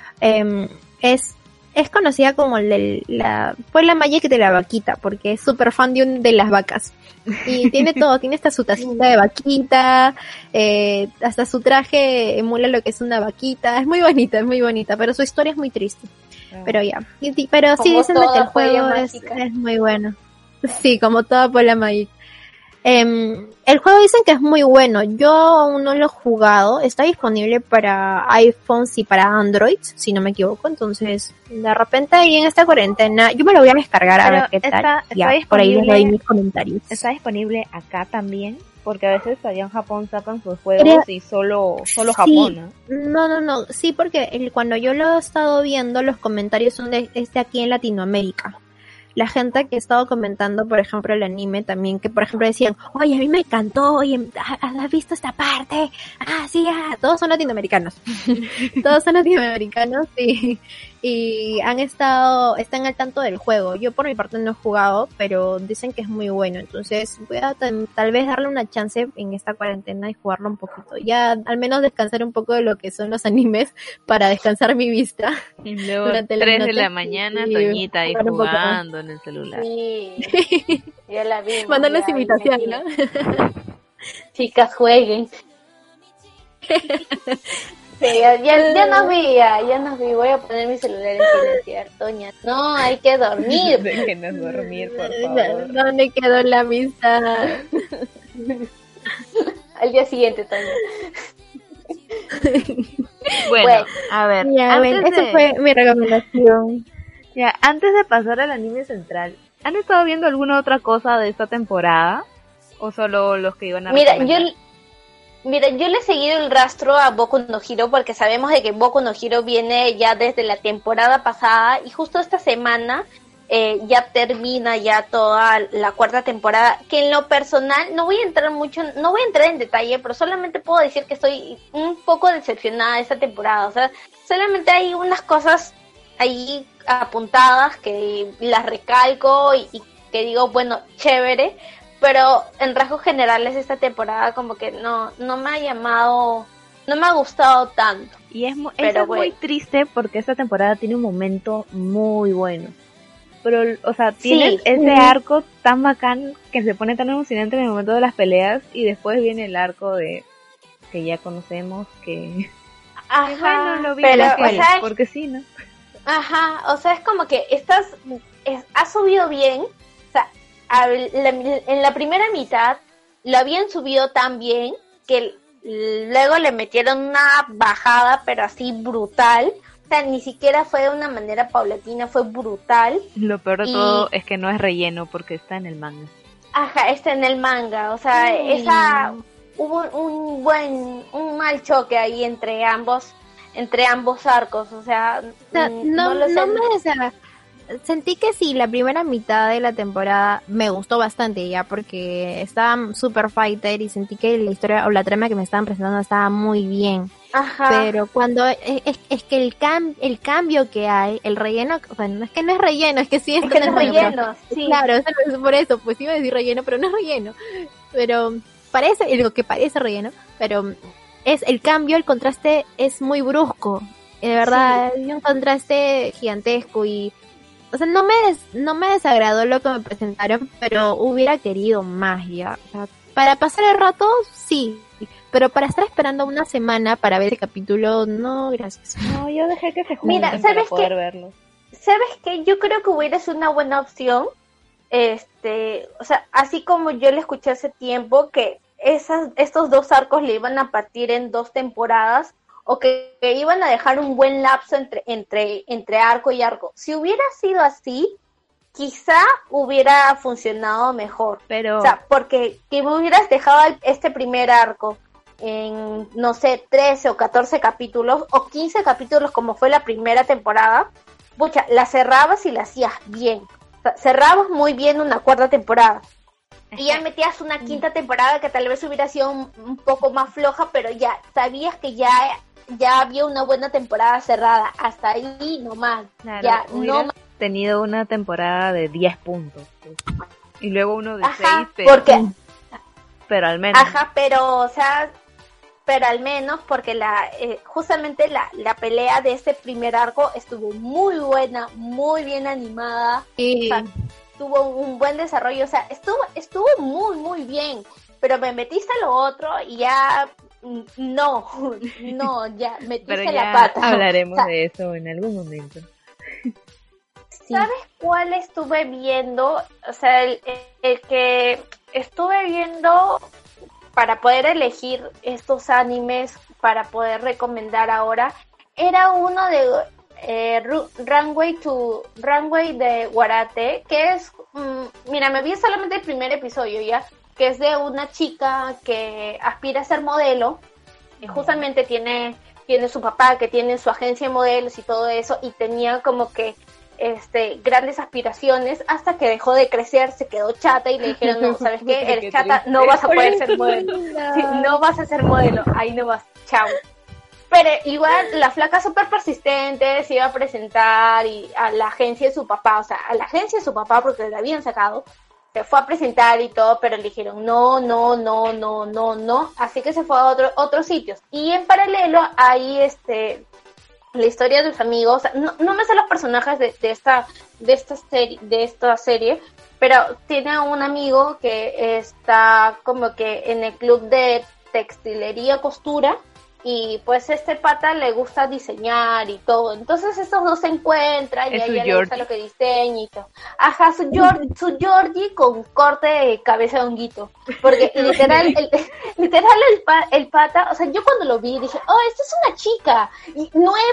es conocida como la abuela mágica de la vaquita, porque es súper fan de las vacas. Y tiene todo, tiene hasta su tacita de vaquita, hasta su traje emula lo que es una vaquita. Es muy bonita, pero su historia es muy triste. Pero ya, pero sí dicen que el juego es muy bueno. Sí, como toda abuela mágica. El juego dicen que es muy bueno. Yo aún no lo he jugado. Está disponible para iPhones y para Android, si no me equivoco. Entonces, de repente ahí en esta cuarentena, yo me lo voy a descargar a ver qué tal. Ya, por ahí les doy mis comentarios. ¿Está disponible acá también? Porque a veces allá en Japón sacan sus juegos y solo Japón, ¿no? No. Sí, porque cuando yo lo he estado viendo, los comentarios son de aquí en Latinoamérica. La gente que ha estado comentando, por ejemplo, el anime también, que por ejemplo decían, oye, a mí me encantó, oye, ¿has visto esta parte? Sí, todos son latinoamericanos. Todos son latinoamericanos y están al tanto del juego. Yo por mi parte no he jugado, pero dicen que es muy bueno. Entonces voy a tal vez darle una chance en esta cuarentena y jugarlo un poquito. Ya al menos descansar un poco de lo que son los animes para descansar mi vista. Y luego 3 de la mañana, Toñita ahí jugando en el celular. Sí, ya la vi. Mandándoles invitación, ¿no? Chicas, jueguen. Sí, ya nos vi, voy a poner mi celular en silenciar, Toña. No, hay que dormir. Déjenos dormir, por favor. ¿Dónde quedó la amistad? Al día siguiente, Toña. Bueno, a ver. Esa fue mi recomendación. Ya, antes de pasar al anime central, ¿han estado viendo alguna otra cosa de esta temporada? ¿O solo los que iban a recomendar? Mira, yo le he seguido el rastro a Boku no Hero porque sabemos de que Boku no Hero viene ya desde la temporada pasada y justo esta semana ya termina ya toda la 4ª temporada, que en lo personal no voy a entrar en detalle, pero solamente puedo decir que estoy un poco decepcionada de esta temporada. O sea, solamente hay unas cosas ahí apuntadas que las recalco y que digo, bueno, chévere, pero en rasgos generales esta temporada como que no me ha llamado, no me ha gustado tanto. Y es muy triste porque esta temporada tiene un momento muy bueno. Pero, o sea, tienes ese arco tan bacán que se pone tan emocionante en el momento de las peleas y después viene el arco de que ya conocemos que... Ajá, bueno, lo vi pero, porque sí, ¿no? Ajá, o sea, es como que ha subido bien, o sea, en la primera mitad lo habían subido tan bien que luego le metieron una bajada, pero así brutal. O sea, ni siquiera fue de una manera paulatina, fue brutal. Lo peor de todo es que no es relleno porque está en el manga. Ajá, está en el manga, o sea, hubo un mal choque ahí entre ambos arcos, o sea, sentí que sí, la primera mitad de la temporada me gustó bastante ya porque estaba Super Fighter y sentí que la historia o la trama que me estaban presentando estaba muy bien. Ajá. Pero cuando es que el cambio que hay, el relleno, bueno, es que no es relleno, es que sí es relleno, sí. Claro, es por eso, pues iba a decir relleno, pero no es relleno. Pero parece, lo que parece relleno, pero es el cambio, el contraste es muy brusco. De verdad, hay un contraste gigantesco y o sea, no me desagradó lo que me presentaron, pero hubiera querido más ya. O sea, para pasar el rato, sí. Pero para estar esperando una semana para ver el capítulo, no, gracias. No, yo dejé que se junten. Mira, para poder verlo. ¿Sabes qué? Yo creo que hubiera sido una buena opción. O sea, así como yo le escuché hace tiempo que estos dos arcos le iban a partir en 2 temporadas, o que iban a dejar un buen lapso entre arco y arco. Si hubiera sido así, quizá hubiera funcionado mejor. Pero... O sea, porque que me hubieras dejado este primer arco en, no sé, 13 o 14 capítulos, o 15 capítulos como fue la primera temporada, pucha, la cerrabas y la hacías bien. O sea, cerrabas muy bien una 4ª temporada. Y ya metías una 5ª temporada que tal vez hubiera sido un poco más floja, pero ya sabías que ya había una buena temporada cerrada. Hasta ahí nomás. Claro, ya no más. Tenido una temporada de 10 puntos. Pues. Y luego uno de 6, pero al menos. Ajá, pero, o sea, pero al menos porque justamente la pelea de ese primer arco estuvo muy buena, muy bien animada. Sí. O sea, tuvo un buen desarrollo, o sea, estuvo muy, muy bien, pero me metiste a lo otro y ya, no, ya metiste la pata. Hablaremos de eso en algún momento. ¿Sabes cuál estuve viendo? O sea, el que estuve viendo para poder elegir estos animes para poder recomendar ahora, era uno de Runway de Warate, que es, mira, me vi solamente el primer episodio ya, que es de una chica que aspira a ser modelo, y justamente tiene su papá que tiene su agencia de modelos y todo eso, y tenía como que grandes aspiraciones hasta que dejó de crecer, se quedó chata y le dijeron, no, ¿sabes qué? Eres chata, no vas a poder ser modelo. Sí, no vas a ser modelo, ahí no vas, chao. Pero igual la flaca súper persistente se iba a presentar y a la agencia de su papá, o sea, a la agencia de su papá porque la habían sacado, se fue a presentar y todo, pero le dijeron no, así que se fue a otros sitios. Y en paralelo hay la historia de sus amigos, no me sé los personajes de esta serie, pero tiene un amigo que está como que en el club de textilería costura, y pues este pata le gusta diseñar y todo, entonces estos dos se encuentran y a ella le gusta lo que diseña y todo. Ajá, su Georgie con corte de cabeza de honguito, porque literal el pata, o sea, yo cuando lo vi dije, oh, esta es una chica, y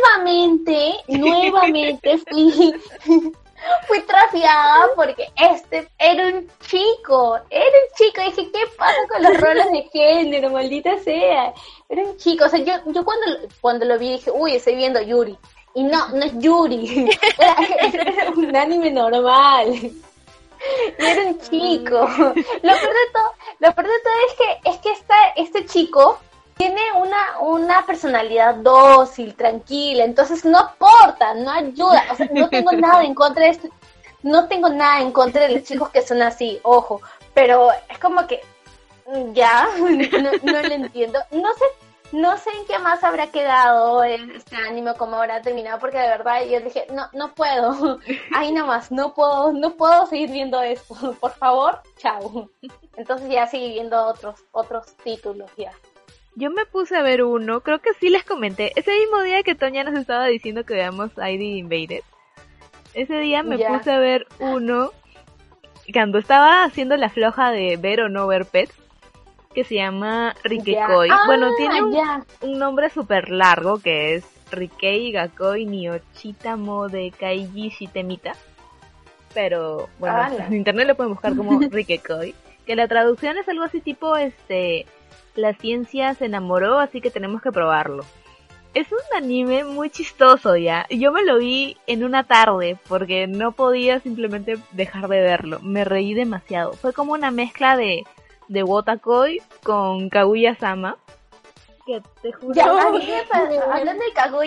nuevamente fui trafiada porque era un chico, dije, ¿qué pasa con los roles de género, maldita sea? Era un chico, o sea, yo cuando lo vi dije, uy, estoy viendo Yuri, y no es Yuri, era un anime normal, y era un chico. Lo peor de todo es que este chico tiene una personalidad dócil, tranquila, entonces no aporta, no ayuda, o sea, no tengo nada en contra de los chicos que son así, ojo, pero es como que ya, no lo entiendo, no sé en qué más habrá quedado este anime, cómo habrá terminado, porque de verdad yo dije, no puedo, ahí nomás, no puedo seguir viendo esto, por favor, chao. Entonces ya seguí viendo otros títulos ya. Yo me puse a ver uno, creo que sí les comenté, ese mismo día que Toña nos estaba diciendo que veamos ID Invaded. Ese día me puse a ver uno, cuando estaba haciendo la floja de ver o no ver Pets, que se llama Rikekoi. Bueno, tiene un nombre súper largo que es Rikei Gakoi Niochita Mode Kaiji Shitemita. Pero, bueno, en internet lo pueden buscar como Rikekoi. Que la traducción es algo así tipo, la ciencia se enamoró, así que tenemos que probarlo. Es un anime muy chistoso ya. Yo me lo vi en una tarde porque no podía simplemente dejar de verlo. Me reí demasiado. Fue como una mezcla de Wotakoi con Kaguya-sama. Que te juro. Ya, hablando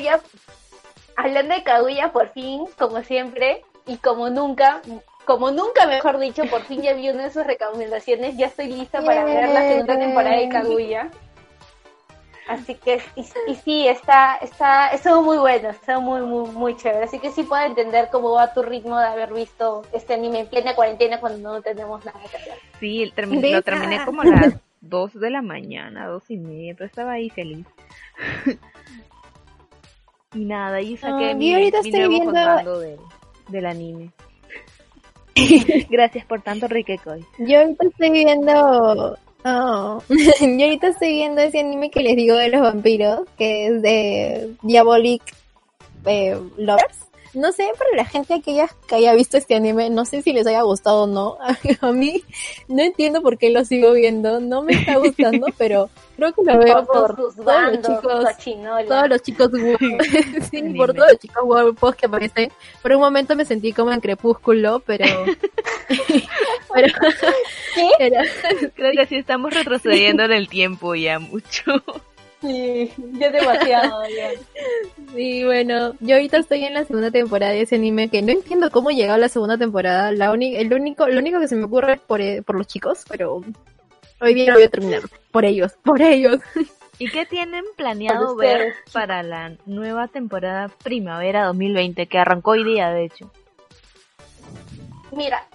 de Kaguya, por fin, como siempre, y como nunca, mejor dicho, por fin ya vi una de sus recomendaciones. Ya estoy lista para ver la segunda temporada de Kaguya. Así que, y sí, estuvo muy bueno, estuvo muy chévere. Así que sí puedo entender cómo va tu ritmo de haber visto este anime en plena cuarentena cuando no tenemos nada que hacer. Sí, lo terminé como a las 2 de la mañana, 2:30, pero estaba ahí feliz. Y nada, y saqué mi nuevo contando del anime. Gracias por tanto, Rikekoi. Yo ahorita estoy viendo... yo ahorita estoy viendo ese anime que les digo de los vampiros, que es de Diabolic Lovers. No sé, para la gente que haya visto este anime, no sé si les haya gustado o no. A mí no entiendo por qué lo sigo viendo, no me está gustando, pero creo que lo veo por todos los chicos sí, por todos los chicos guapos que aparecen. Por un momento me sentí como en Crepúsculo, pero ¿qué? Creo que sí estamos retrocediendo en el tiempo ya mucho. Sí, ya demasiado, ya. Sí, bueno, yo ahorita estoy en la segunda temporada de ese anime que no entiendo cómo llegó a la segunda temporada. Lo único que se me ocurre es por los chicos, pero hoy día lo voy a terminar. Por ellos. ¿Y qué tienen planeado ver para la nueva temporada primavera 2020 que arrancó hoy día, de hecho? Mira,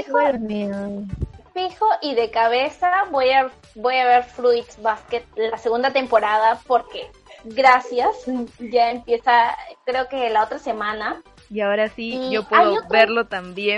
fijo y de cabeza voy a ver Fruits Basket la segunda temporada porque gracias, ya empieza creo que la otra semana. Y ahora sí, yo puedo verlo también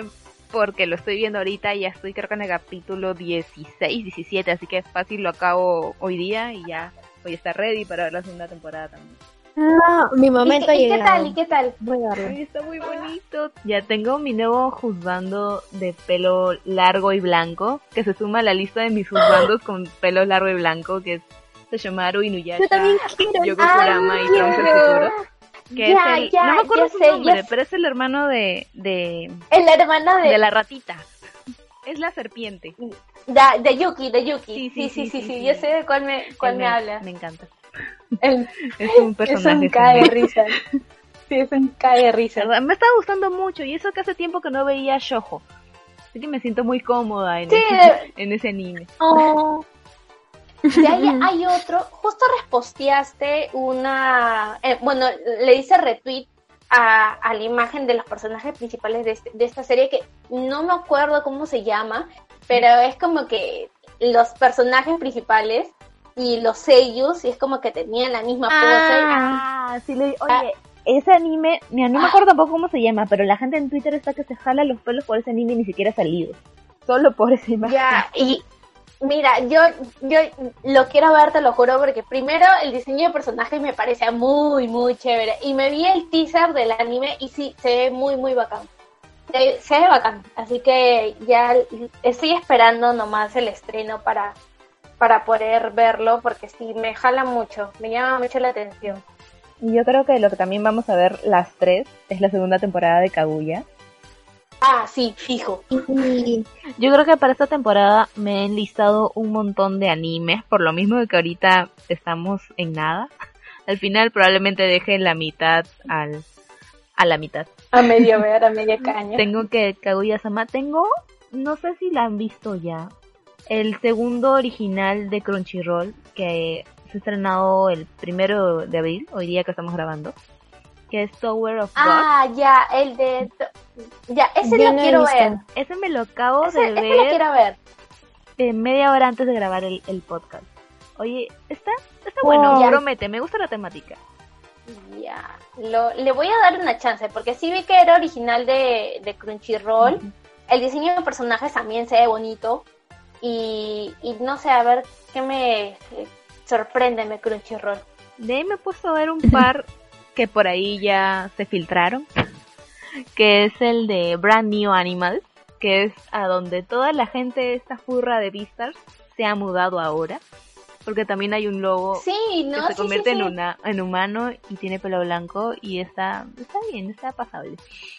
porque lo estoy viendo ahorita y ya estoy creo que en el capítulo 16, 17, así que fácil lo acabo hoy día y ya voy a estar ready para ver la segunda temporada también. No, mi momento ha ¿Y qué llegado. tal? ¿Y qué tal? Voy a verlo. Ay, está muy bonito. Ya tengo mi nuevo juzgando de pelo largo y blanco, que se suma a la lista de mis juzgandos con pelo largo y blanco, que es Sesshomaru, Inuyasha, Yo también quiero. Yoko Kurama y Trunks el futuro. Que Ya, es el, ya, no me acuerdo ya su sé, nombre, ya sé. pero es el hermano de El hermano de la ratita. Es la serpiente. de Yuki. Sí, yo sé de cuál me habla. Me encanta. El- Es un personaje. es un cae de genial. risa. Sí, es un cae de risa. ¿Verdad? Me está gustando mucho y eso que hace tiempo que no veía Shoujo. Así que me siento muy cómoda en, Sí, en ese anime. Oh. Y ahí hay otro, justo reposteaste una, bueno, le hice retweet a la imagen de los personajes principales de esta serie que no me acuerdo cómo se llama, pero es como que los personajes principales y los seiyus y es como que tenían la misma pose. Sí, oye, ese anime, mira, no me acuerdo tampoco cómo se llama, pero la gente en Twitter está que se jala los pelos por ese anime y ni siquiera ha salido. Solo por esa imagen. Ya, y mira, yo lo quiero ver, te lo juro, porque primero el diseño de personajes me parece muy, muy chévere. Y me vi el teaser del anime y sí, se ve muy, muy bacán. Se ve bacán. Así que ya estoy esperando nomás el estreno para poder verlo, porque sí, me jala mucho, me llama mucho la atención. Y yo creo que lo que también vamos a ver las tres es la segunda temporada de Kaguya. Ah, sí, fijo. Y Yo creo que para esta temporada me he enlistado un montón de animes, por lo mismo de que ahorita estamos en nada. Al final probablemente deje la mitad a la mitad. A medio ver, a media caña. Tengo que Kaguya-sama, no sé si la han visto ya, el segundo original de Crunchyroll que se ha estrenado el 1 de abril, hoy día que estamos grabando, que es Tower of God. Ah, ya, el de... Ya, ese Yo lo no he quiero visto. ver. Ese me lo acabo Ese de lo ver quiero ver. media hora antes de grabar el podcast. Oye, está bueno, Ya. promete, me gusta la temática. Ya, le voy a dar una chance, porque sí vi que era original de Crunchyroll. Ujú. El diseño de personajes también se ve bonito. Y no sé, a ver qué me sorpréndeme Crunchyroll. De ahí me he puesto a ver un par que por ahí ya se filtraron, que es el de Brand New Animal, que es a donde toda la gente de esta furra de Beastars se ha mudado ahora, porque también hay un lobo Sí, ¿no? que se Sí, convierte sí, sí. en humano y tiene pelo blanco y está bien, está pasable.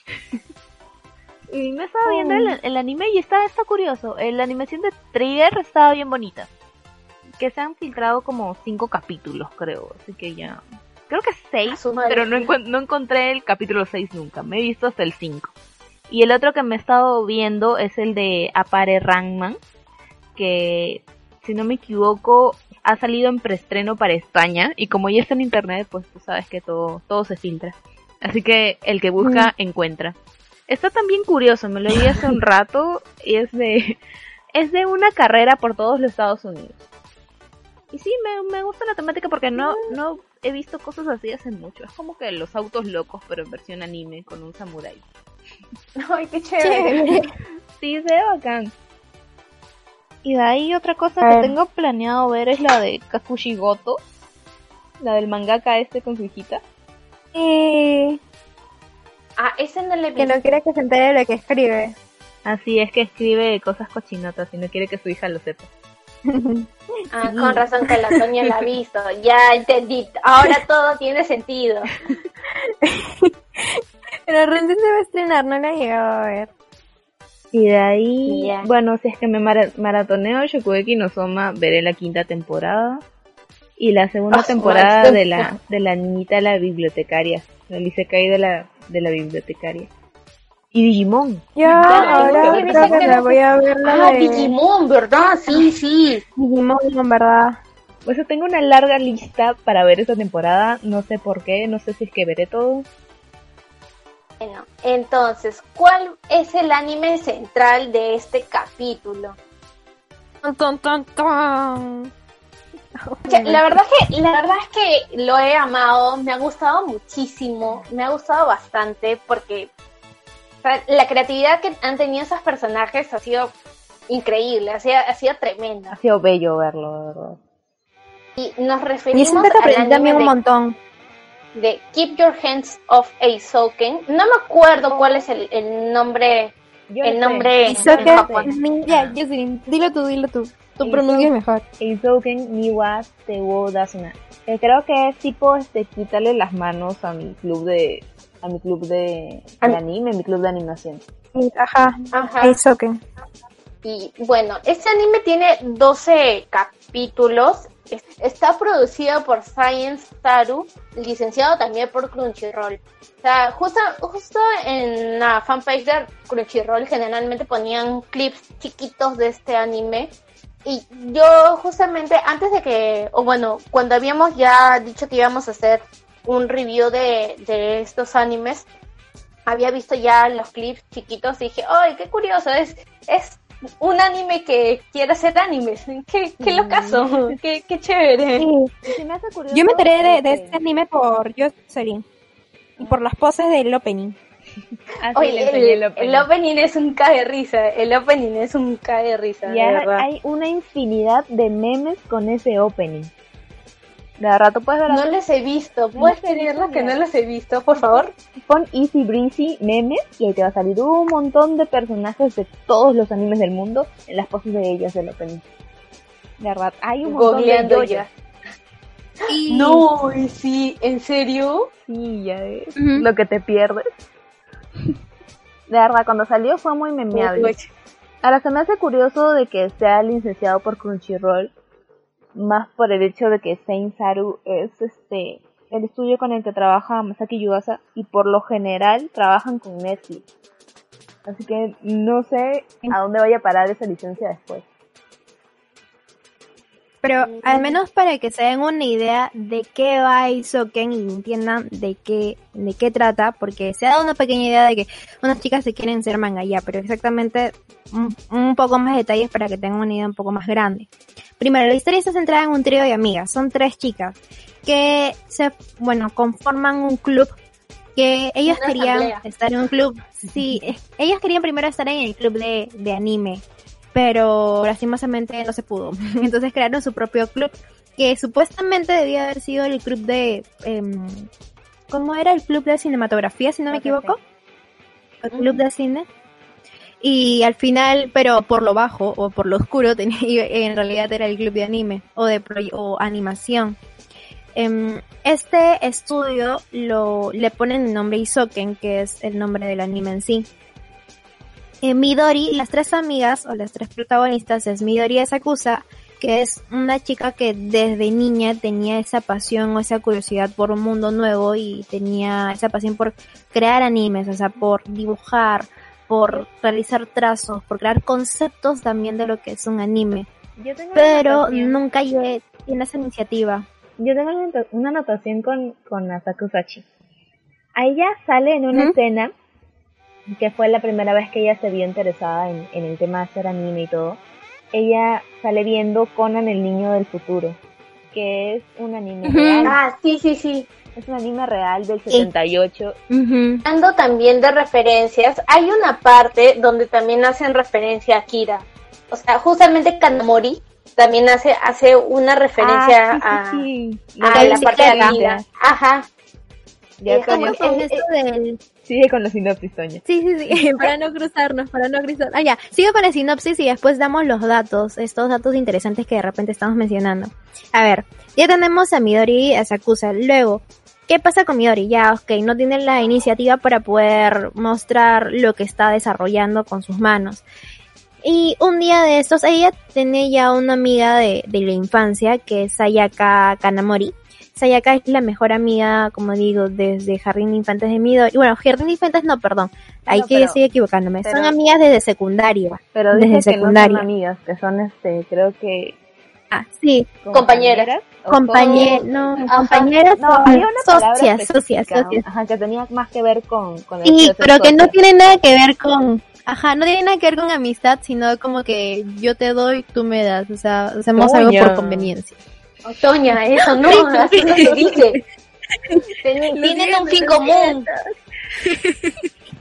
Y me estaba viendo el anime y está curioso. La animación de Trigger estaba bien bonita. Que se han filtrado como 5 capítulos, creo. Así que ya... Creo que 6, A su madre. pero no encontré el capítulo 6 nunca. Me he visto hasta el 5. Y el otro que me he estado viendo es el de Apare Ranman. Que, si no me equivoco, ha salido en preestreno para España. Y como ya está en internet, pues tú sabes que todo se filtra. Así que el que busca, encuentra. Está también curioso, me lo vi hace un rato. Y es de una carrera por todos los Estados Unidos. Y sí, me gusta la temática porque no he visto cosas así hace mucho. Es como que los autos locos, pero en versión anime, con un samurái. Ay, qué chévere. chévere. Sí, se ve bacán. Y de ahí otra cosa A que ver. tengo planeado ver es la de Kakushi Goto. La del mangaka con su hijita. Y Ah, ese no le vi. que no quiere que se entere de lo que escribe. Así es que escribe cosas cochinotas y no quiere que su hija lo sepa. Ah, con razón que la Toña la ha visto. Ya entendí. Ahora todo tiene sentido. Pero recién se va a estrenar, no la he llegado a ver. Y de ahí, Ya. bueno, si es que me maratoneo Shokugeki no Soma, veré la 5ª temporada. Y la segunda Ah, temporada madre. de la niñita la bibliotecaria. El isekai de la bibliotecaria. Y Digimon. Yo Ah, ahora sí, creo que me voy a ver la Ah, de Digimon, ¿verdad? Sí, sí. Digimon, en verdad. Pues tengo una larga lista para ver esta temporada. No sé por qué, no sé si es que veré todo. Bueno, entonces, ¿cuál es el anime central de este capítulo? Ton, ton, ton. La verdad es que lo he amado, me ha gustado muchísimo, me ha gustado bastante porque sea, la creatividad que han tenido esos personajes ha sido increíble, ha sido tremenda. Ha sido bello verlo, de verdad. Y nos Yo referimos siento que al aprendí también un anime montón. de Keep Your Hands Off Eizouken. No me acuerdo cuál es el nombre. Yo El sé. nombre en Eizouken, japonés. ya, Jocelyn, dilo tú. Tú pronuncias mejor. Eizouken Niwa Tewo Dasuna. Creo que es tipo quitarle las manos a mi club de anime, mi club de animación. Ajá, Ajá. Eizouken. Y bueno, este anime tiene 12 capítulos. Está producido por Science Taru, licenciado también por Crunchyroll. O sea, justo en la fanpage de Crunchyroll generalmente ponían clips chiquitos de este anime. Y yo justamente antes de que, o bueno, cuando habíamos ya dicho que íbamos a hacer un review de estos animes, había visto ya los clips chiquitos y dije, ¡ay, qué curioso! Es un anime que quiere hacer animes. ¡Qué locazo! ¡Qué chévere! Sí. Se me hace curioso Yo me enteré de porque- este anime por Jocelyn y por las poses del opening. Ah, sí, Oye, le enseñé el opening es un cae de risa. El opening es un cae de risa, Y de verdad. hay una infinidad de memes con ese opening. De rato puedes ver No les he visto. ¿Puedes pedirlos que no los he visto, por favor? pon Easy Breezy memes y ahí te va a salir un montón de personajes de todos los animes del mundo en las poses de ellas del opening. De verdad, hay un montón Googleando de ya. yoyos. No, sí, ¿en serio? Sí, ya es Ujú. lo que te pierdes. De verdad, cuando salió fue muy memeable. Uy, Ahora se me hace curioso de que sea licenciado por Crunchyroll, más por el hecho de que Saint Saru es el estudio con el que trabaja Masaki Yuasa y por lo general trabajan con Netflix. Así que no sé a dónde vaya a parar esa licencia después. Pero al menos para que se den una idea de qué va Eizouken y entiendan de qué trata, porque se ha dado una pequeña idea de que unas chicas se quieren ser manga ya, pero exactamente un poco más detalles para que tengan una idea un poco más grande. Primero, la historia está centrada en un trío de amigas, son 3 chicas que conforman un club que ellas Una querían asamblea. estar en un club, sí, ellas querían primero estar en el club de anime, pero lastimosamente no se pudo. Entonces crearon su propio club, que supuestamente debía haber sido el club de... ¿cómo era? El club de cinematografía, si no me equivoco. El club de cine. Y al final, pero por lo bajo o por lo oscuro, en realidad era el club de anime o animación. Este estudio le ponen el nombre Eizouken, que es el nombre del anime en sí. Midori, las 3 amigas o las 3 protagonistas es Midori Asakusa, que es una chica que desde niña tenía esa pasión o esa curiosidad por un mundo nuevo y tenía esa pasión por crear animes, o sea, por dibujar, por realizar trazos, por crear conceptos también de lo que es un anime. Yo tengo Pero una anotación- nunca tiene esa iniciativa. Yo tengo una anotación con Asakusachi. A ella sale en una ¿Mm? escena que fue la primera vez que ella se vio interesada en el tema de hacer anime y todo. Ella sale viendo Conan el niño del futuro, que es un anime Ujú. real. Ah, sí. Es un anime real del 78. Ujú. Hablando también de referencias, hay una parte donde también hacen referencia a Akira. O sea, justamente Kanamori también hace una referencia Sí. a la parte de bicicleta. Akira. Ajá. Ya Es como- Toño, Con esto del... sigue con la sinopsis, Toño. Sí, para no cruzarnos. Ah, ya, sigo con la sinopsis y después damos los datos, estos datos interesantes que de repente estamos mencionando. A ver, ya tenemos a Midori Asakusa. Luego, ¿qué pasa con Midori? Ya, ok, no tiene la iniciativa para poder mostrar lo que está desarrollando con sus manos. Y un día de estos, ella tiene ya una amiga de la infancia, que es Sayaka Kanamori. Sayaka es la mejor amiga, como digo, desde Jardín de Infantes de Midori. Bueno, Jardín de Infantes no, perdón. Ahí No, que pero- estoy equivocándome. Son pero- amigas desde secundaria. Pero Desde dice que no secundaria. son amigas, que son creo que Ah, sí. Compañeras. o Compañeras, son- no, Ajá. compañeras, No, había una palabra socias. específica, Ajá, que tenía más que ver con el Sí, hecho de ser pero que no socias. tiene nada que ver con... Ajá, no tiene nada que ver con amistad, sino como que yo te doy, tú me das. O sea, hacemos algo Coño. por conveniencia. Toña, eso no, así no se dice. Tienen un fin común.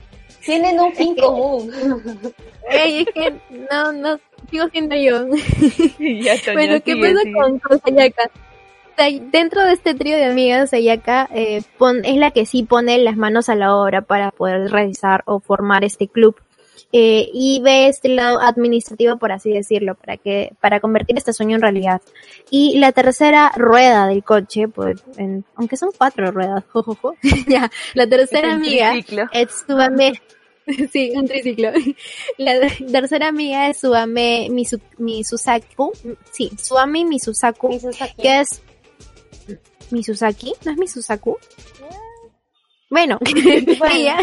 Tienen un fin común. Ey, es que no, sigo siendo yo. Ya, Toño, Bueno, ¿qué sigue, pasa sigue. con Sayaka? Dentro de este trío de amigas, Sayaka es la que sí pone las manos a la obra para poder realizar o formar este club. Y ve este lado administrativo, por así decirlo, para convertir este sueño en realidad. Y la tercera rueda del coche, pues, aunque son 4 ruedas, jojojo, ya, la tercera Es un amiga triciclo. es Tsubame. Sí, un triciclo. La tercera amiga es Tsubame Misusaku. Sí, Tsubame Misusaku, que es Misuzaki, ¿no es Misusaku? Bueno, ella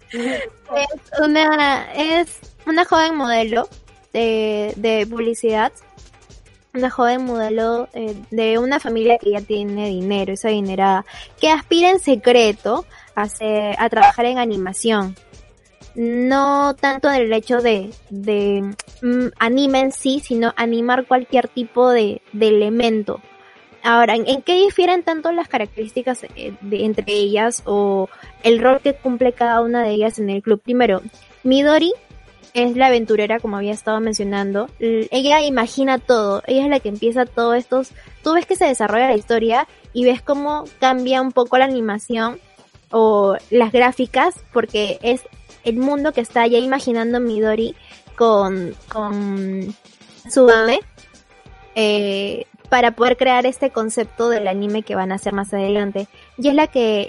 es una joven modelo de publicidad, una joven modelo de una familia que ya tiene dinero, es adinerada, que aspira en secreto a trabajar en animación. No tanto en el hecho de anime en sí, sino animar cualquier tipo de elemento. Ahora, ¿en qué difieren tanto las características entre ellas o el rol que cumple cada una de ellas en el club? Primero, Midori es la aventurera, como había estado mencionando. Ella imagina todo, ella es la que empieza todo esto. Tú ves que se desarrolla la historia y ves cómo cambia un poco la animación o las gráficas, porque es el mundo que está ya imaginando Midori con Tsubame. Para poder crear este concepto del anime que van a hacer más adelante. Y es la que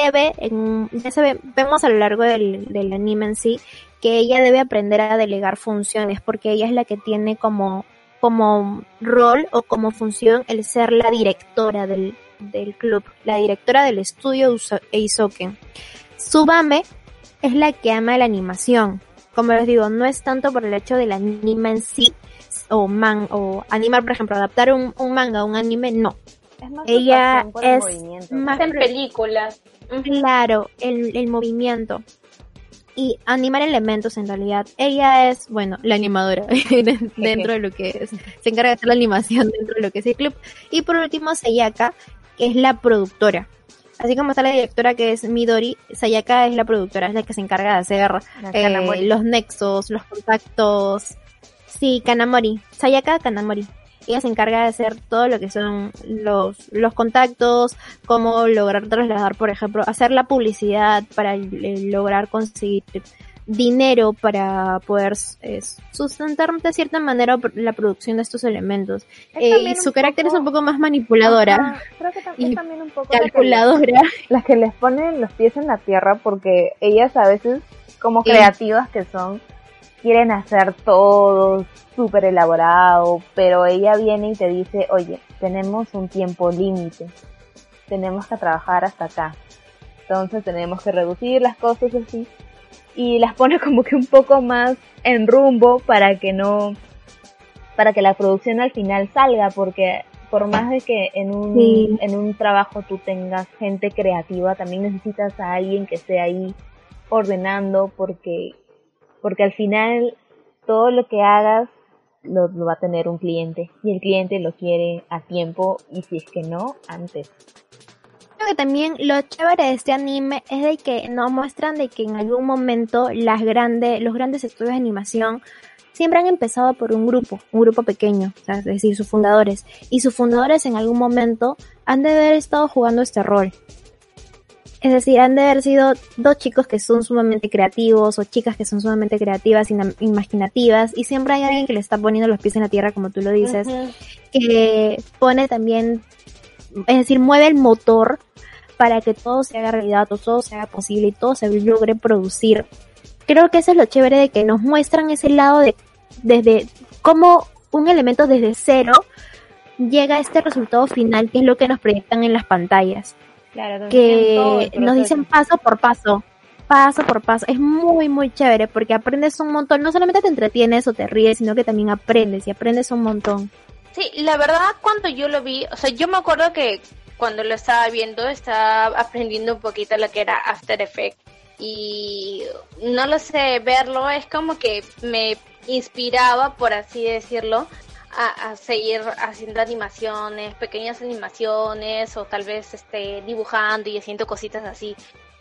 vemos a lo largo del anime en sí, que ella debe aprender a delegar funciones, porque ella es la que tiene como rol o como función el ser la directora del club, la directora del estudio Eizouken. Tsubame es la que ama la animación. Como les digo, no es tanto por el hecho del anime en sí, o animar, por ejemplo, adaptar un manga a un anime, no. Es más Ella por el es movimiento. más En películas. claro, el movimiento y animar elementos en realidad. Ella es, bueno, la animadora dentro de lo que es, se encarga de hacer la animación dentro de lo que es el club. Y por último, Sayaka, que es la productora. Así como está la directora que es Midori, Sayaka es la productora, es la que se encarga de hacer los nexos, los contactos. Sí, Kanamori, Sayaka Kanamori. Ella se encarga de hacer todo lo que son los contactos, cómo lograr trasladar, por ejemplo, hacer la publicidad para lograr conseguir dinero para poder sustentar de cierta manera la producción de estos elementos. Y su carácter es un poco más manipuladora. Ajá, creo que y es también un poco calculadora. las que les ponen los pies en la tierra, porque ellas a veces, como creativas que son, quieren hacer todo súper elaborado, pero ella viene y te dice, oye, tenemos un tiempo límite, tenemos que trabajar hasta acá, entonces tenemos que reducir las cosas así, y las pone como que un poco más en rumbo para que la producción al final salga, porque por más de que en un trabajo tú tengas gente creativa, también necesitas a alguien que esté ahí ordenando, porque al final todo lo que hagas lo va a tener un cliente, y el cliente lo quiere a tiempo, y si es que no, antes. Creo que también lo chévere de este anime es de que nos muestran de que en algún momento los grandes estudios de animación siempre han empezado por un grupo pequeño, o sea, es decir, sus fundadores, y sus fundadores en algún momento han de haber estado jugando este rol. Es decir, han de haber sido 2 chicos que son sumamente creativos o chicas que son sumamente creativas, imaginativas, y siempre hay alguien que le está poniendo los pies en la tierra, como tú lo dices, que pone también, es decir, mueve el motor para que todo se haga realidad o todo se haga posible y todo se logre producir. Creo que eso es lo chévere de que nos muestran ese lado desde cómo un elemento desde cero llega a este resultado final, que es lo que nos proyectan en las pantallas. Claro, que nos dicen paso por paso. Es muy, muy chévere porque aprendes un montón. No solamente te entretienes o te ríes, sino que también aprendes y aprendes un montón. Sí, la verdad, cuando yo lo vi, o sea, yo me acuerdo que cuando lo estaba viendo, estaba aprendiendo un poquito lo que era After Effects. Y no lo sé, verlo es como que me inspiraba, por así decirlo, a seguir haciendo animaciones, pequeñas animaciones, o tal vez dibujando y haciendo cositas así.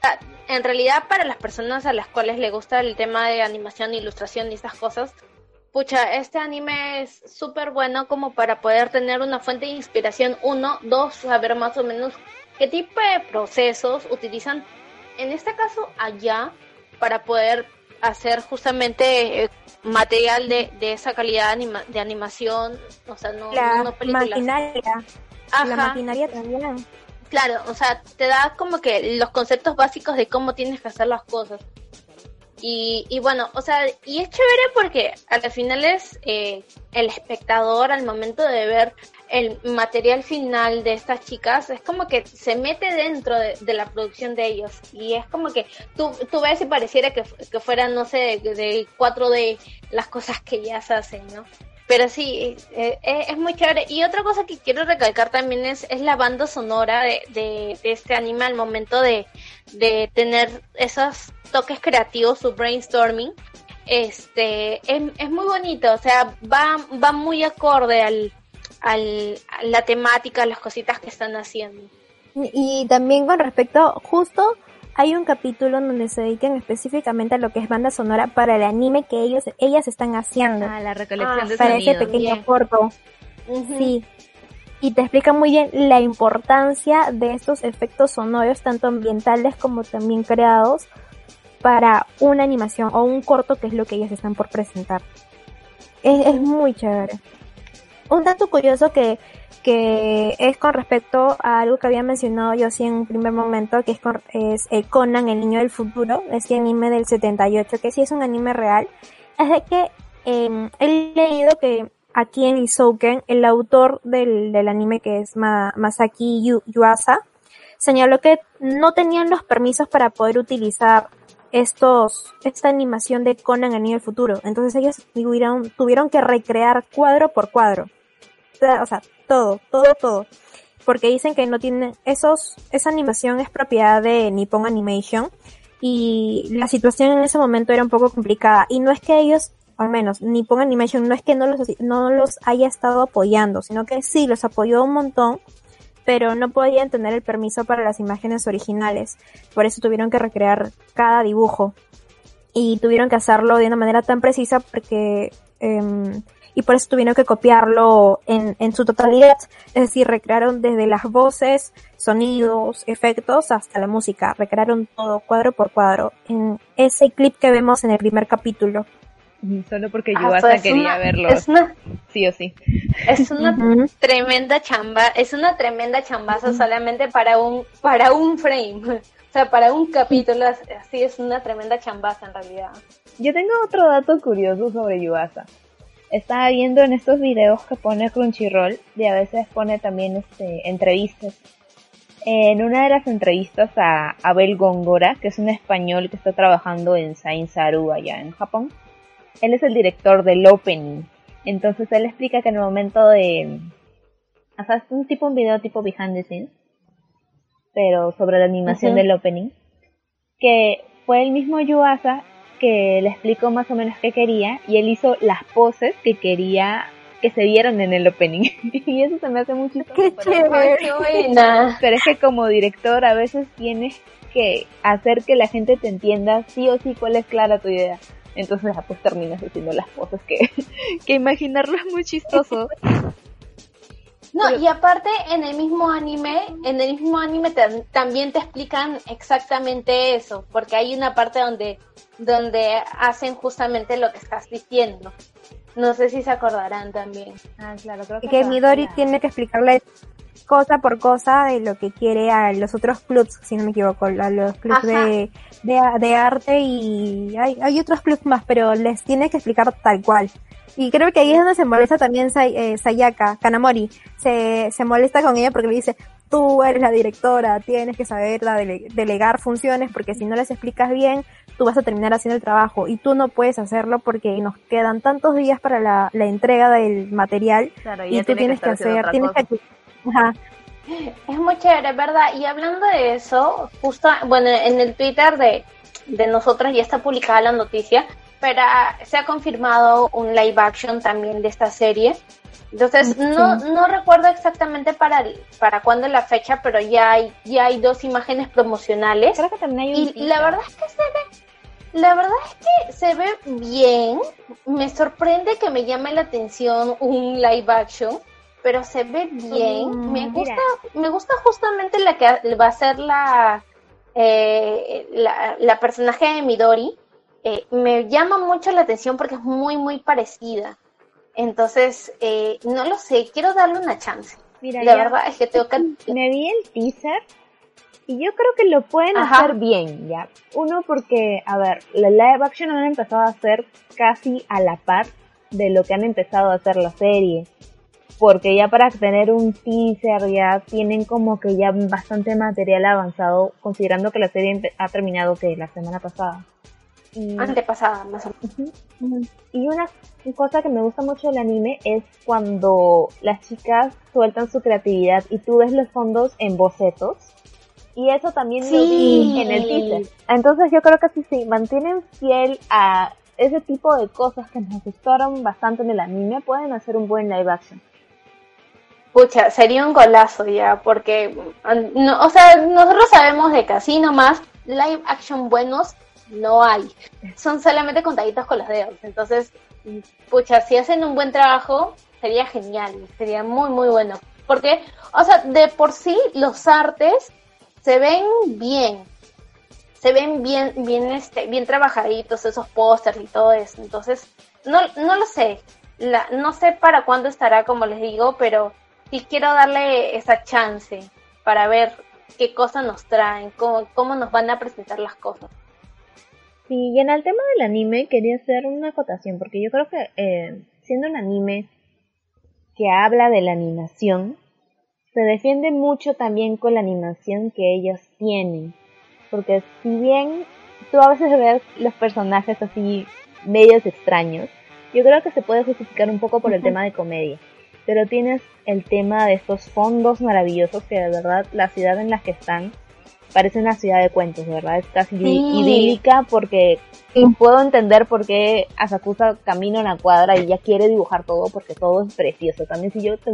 en realidad para las personas a las cuales le gusta el tema de animación, ilustración y esas cosas, pucha, este anime es súper bueno como para poder tener una fuente de inspiración, 1, 2, saber más o menos qué tipo de procesos utilizan, en este caso allá, para poder hacer justamente material de esa calidad de animación, o sea, no películas. La maquinaria también. Claro, o sea, te da como que los conceptos básicos de cómo tienes que hacer las cosas. Y bueno, o sea, y es chévere porque al final es el espectador al momento de ver el material final de estas chicas, es como que se mete dentro de la producción de ellos. Y es como que tú ves y pareciera que fueran, no sé, de 4D las cosas que ellas hacen, ¿no? Pero sí, es muy chévere. Y otra cosa que quiero recalcar también es la banda sonora de este anime al momento de tener esos toques creativos, su brainstorming. Es muy bonito, o sea, va muy acorde a la temática, a las cositas que están haciendo. Y también con respecto, justo hay un capítulo en donde se dedican específicamente a lo que es banda sonora para el anime que ellas están haciendo. La recolección de para sonido. ese pequeño corto. Sí. Y te explica muy bien la importancia de estos efectos sonoros, tanto ambientales como también creados para una animación o un corto, que es lo que ellas están por presentar. Es muy chévere. Un dato curioso que es con respecto a algo que había mencionado yo sí en un primer momento, que es Conan, el niño del futuro, este anime del 78, que sí es un anime real, es de que he leído que aquí en Isouken, el autor del anime, que es Masaki Yuasa, señaló que no tenían los permisos para poder utilizar esta animación de Conan, el niño del futuro. Entonces ellos tuvieron que recrear cuadro por cuadro. O sea, todo. Porque dicen que no tienen, esa animación es propiedad de Nippon Animation y la situación en ese momento era un poco complicada. Y no es que ellos, al menos Nippon Animation, no es que no los haya estado apoyando, sino que sí, los apoyó un montón, pero no podían tener el permiso para las imágenes originales. Por eso tuvieron que recrear cada dibujo. Y tuvieron que hacerlo de una manera tan precisa porque y por eso tuvieron que copiarlo en su totalidad, es decir, recrearon desde las voces, sonidos, efectos, hasta la música, recrearon todo cuadro por cuadro, en ese clip que vemos en el primer capítulo. Solo porque Yuasa quería verlo, sí o sí. Es una tremenda chamba, chambaza solamente para un frame, o sea, para un capítulo, así es una tremenda chambaza en realidad. Yo tengo otro dato curioso sobre Yuasa. Estaba viendo en estos videos que pone Crunchyroll y a veces pone también entrevistas. En una de las entrevistas a Abel Góngora, que es un español que está trabajando en Saint Saru allá en Japón, él es el director del opening. Entonces él explica que en el momento de... O sea, es un video tipo behind the scenes, pero sobre la animación del opening, que fue el mismo Yuasa que le explicó más o menos qué quería y él hizo las poses que quería que se vieron en el opening. Y eso se me hace muy chistoso. ¡Qué chévere! Pero es que como director a veces tienes que hacer que la gente te entienda sí o sí cuál es clara tu idea. Entonces pues terminas haciendo las poses que imaginarlo es muy chistoso. No, y aparte en el mismo anime también te explican exactamente eso, porque hay una parte donde hacen justamente lo que estás diciendo. No sé si se acordarán también. Claro, creo que Midori tiene que explicarle cosa por cosa de lo que quiere a los otros clubs, si no me equivoco, a los clubs de arte, y hay otros clubs más, pero les tiene que explicar tal cual. Y creo que ahí es donde se molesta también Sayaka, Kanamori. Se molesta con ella porque le dice, tú eres la directora, tienes que saber delegar funciones, porque si no les explicas bien, tú vas a terminar haciendo el trabajo y tú no puedes hacerlo porque nos quedan tantos días para la entrega del material. Claro, y tú tienes que hacer, Es muy chévere, ¿verdad? Y hablando de eso, justo, bueno, en el Twitter de nosotras ya está publicada la noticia pero se ha confirmado un live action también de esta serie. Entonces, no recuerdo exactamente para cuándo la fecha, pero ya hay 2 imágenes promocionales. Creo que también hay un y la verdad es que se ve bien. Me sorprende que me llame la atención un live action, pero se ve bien. Me gusta justamente la que va a ser la personaje de Midori. Me llama mucho la atención porque es muy, muy parecida. Entonces, no lo sé, quiero darle una chance. Mira, la verdad es que tengo que... Me vi el teaser y yo creo que lo pueden hacer bien, ¿ya? Uno porque, a ver, la live action han empezado a hacer casi a la par de lo que han empezado a hacer la serie. Porque ya para tener un teaser ya tienen como que ya bastante material avanzado, considerando que la serie ha terminado que la semana pasada. Antepasada, más o menos. Y una cosa que me gusta mucho del anime es cuando las chicas sueltan su creatividad y tú ves los fondos en bocetos. Y eso también lo vi en el teaser. Entonces yo creo que si mantienen fiel a ese tipo de cosas que nos gustaron bastante en el anime, pueden hacer un buen live action. Pucha, sería un golazo ya, porque nosotros sabemos de que así nomás live action buenos no hay, son solamente contaditos con los dedos. Entonces, pucha, si hacen un buen trabajo, sería genial, sería muy, muy bueno. Porque, de por sí, los artes se ven bien trabajaditos, esos pósters y todo eso. Entonces, no lo sé, no sé para cuándo estará, como les digo, pero sí quiero darle esa chance para ver qué cosas nos traen, cómo nos van a presentar las cosas. Sí, y en el tema del anime quería hacer una acotación, porque yo creo que siendo un anime que habla de la animación, se defiende mucho también con la animación que ellos tienen. Porque si bien tú a veces ves los personajes así medios extraños, yo creo que se puede justificar un poco por el tema de comedia. Pero tienes el tema de estos fondos maravillosos que de verdad la ciudad en la que están parece una ciudad de cuentos, de verdad, es casi idílica, porque puedo entender por qué Asakusa camina en la cuadra y ya quiere dibujar todo, porque todo es precioso. También si yo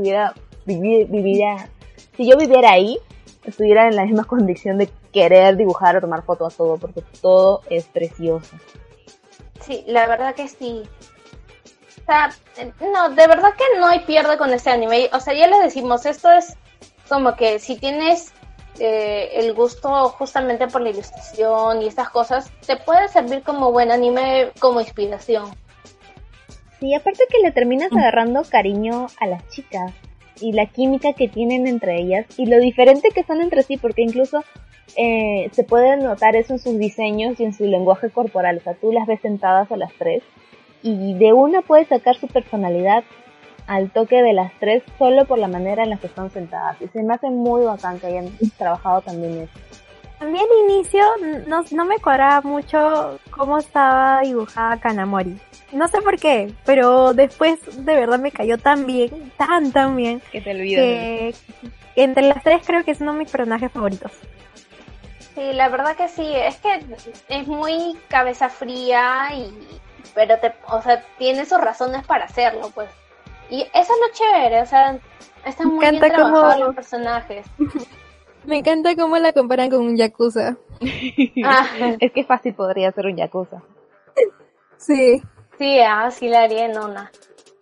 viviera ahí, estuviera en la misma condición de querer dibujar o tomar fotos a todo, porque todo es precioso. Sí, la verdad que sí. O sea, no, de verdad que no hay pierde con este anime. O sea, ya les decimos, esto es como que si tienes el gusto justamente por la ilustración y estas cosas, te puede servir como buen anime, como inspiración. Sí, aparte que le terminas agarrando cariño a las chicas y la química que tienen entre ellas y lo diferente que son entre sí, porque incluso se puede notar eso en sus diseños y en su lenguaje corporal. O sea, tú las ves sentadas a las 3 y de una puedes sacar su personalidad al toque de las 3 solo por la manera en la que están sentadas, y se me hace muy bacán que hayan trabajado también eso. También al inicio no me cuadraba mucho cómo estaba dibujada Kanamori. No sé por qué, pero después de verdad me cayó tan bien, tan bien, que te olvidas que entre las 3 creo que es uno de mis personajes favoritos. Sí, la verdad que sí, es que es muy cabeza fría pero tiene sus razones para hacerlo, pues. Y eso es lo chévere, están muy bien trabajados los personajes. Me encanta cómo la comparan con un yakuza. Es que fácil podría ser un yakuza. Sí. Sí, sí la haría en una.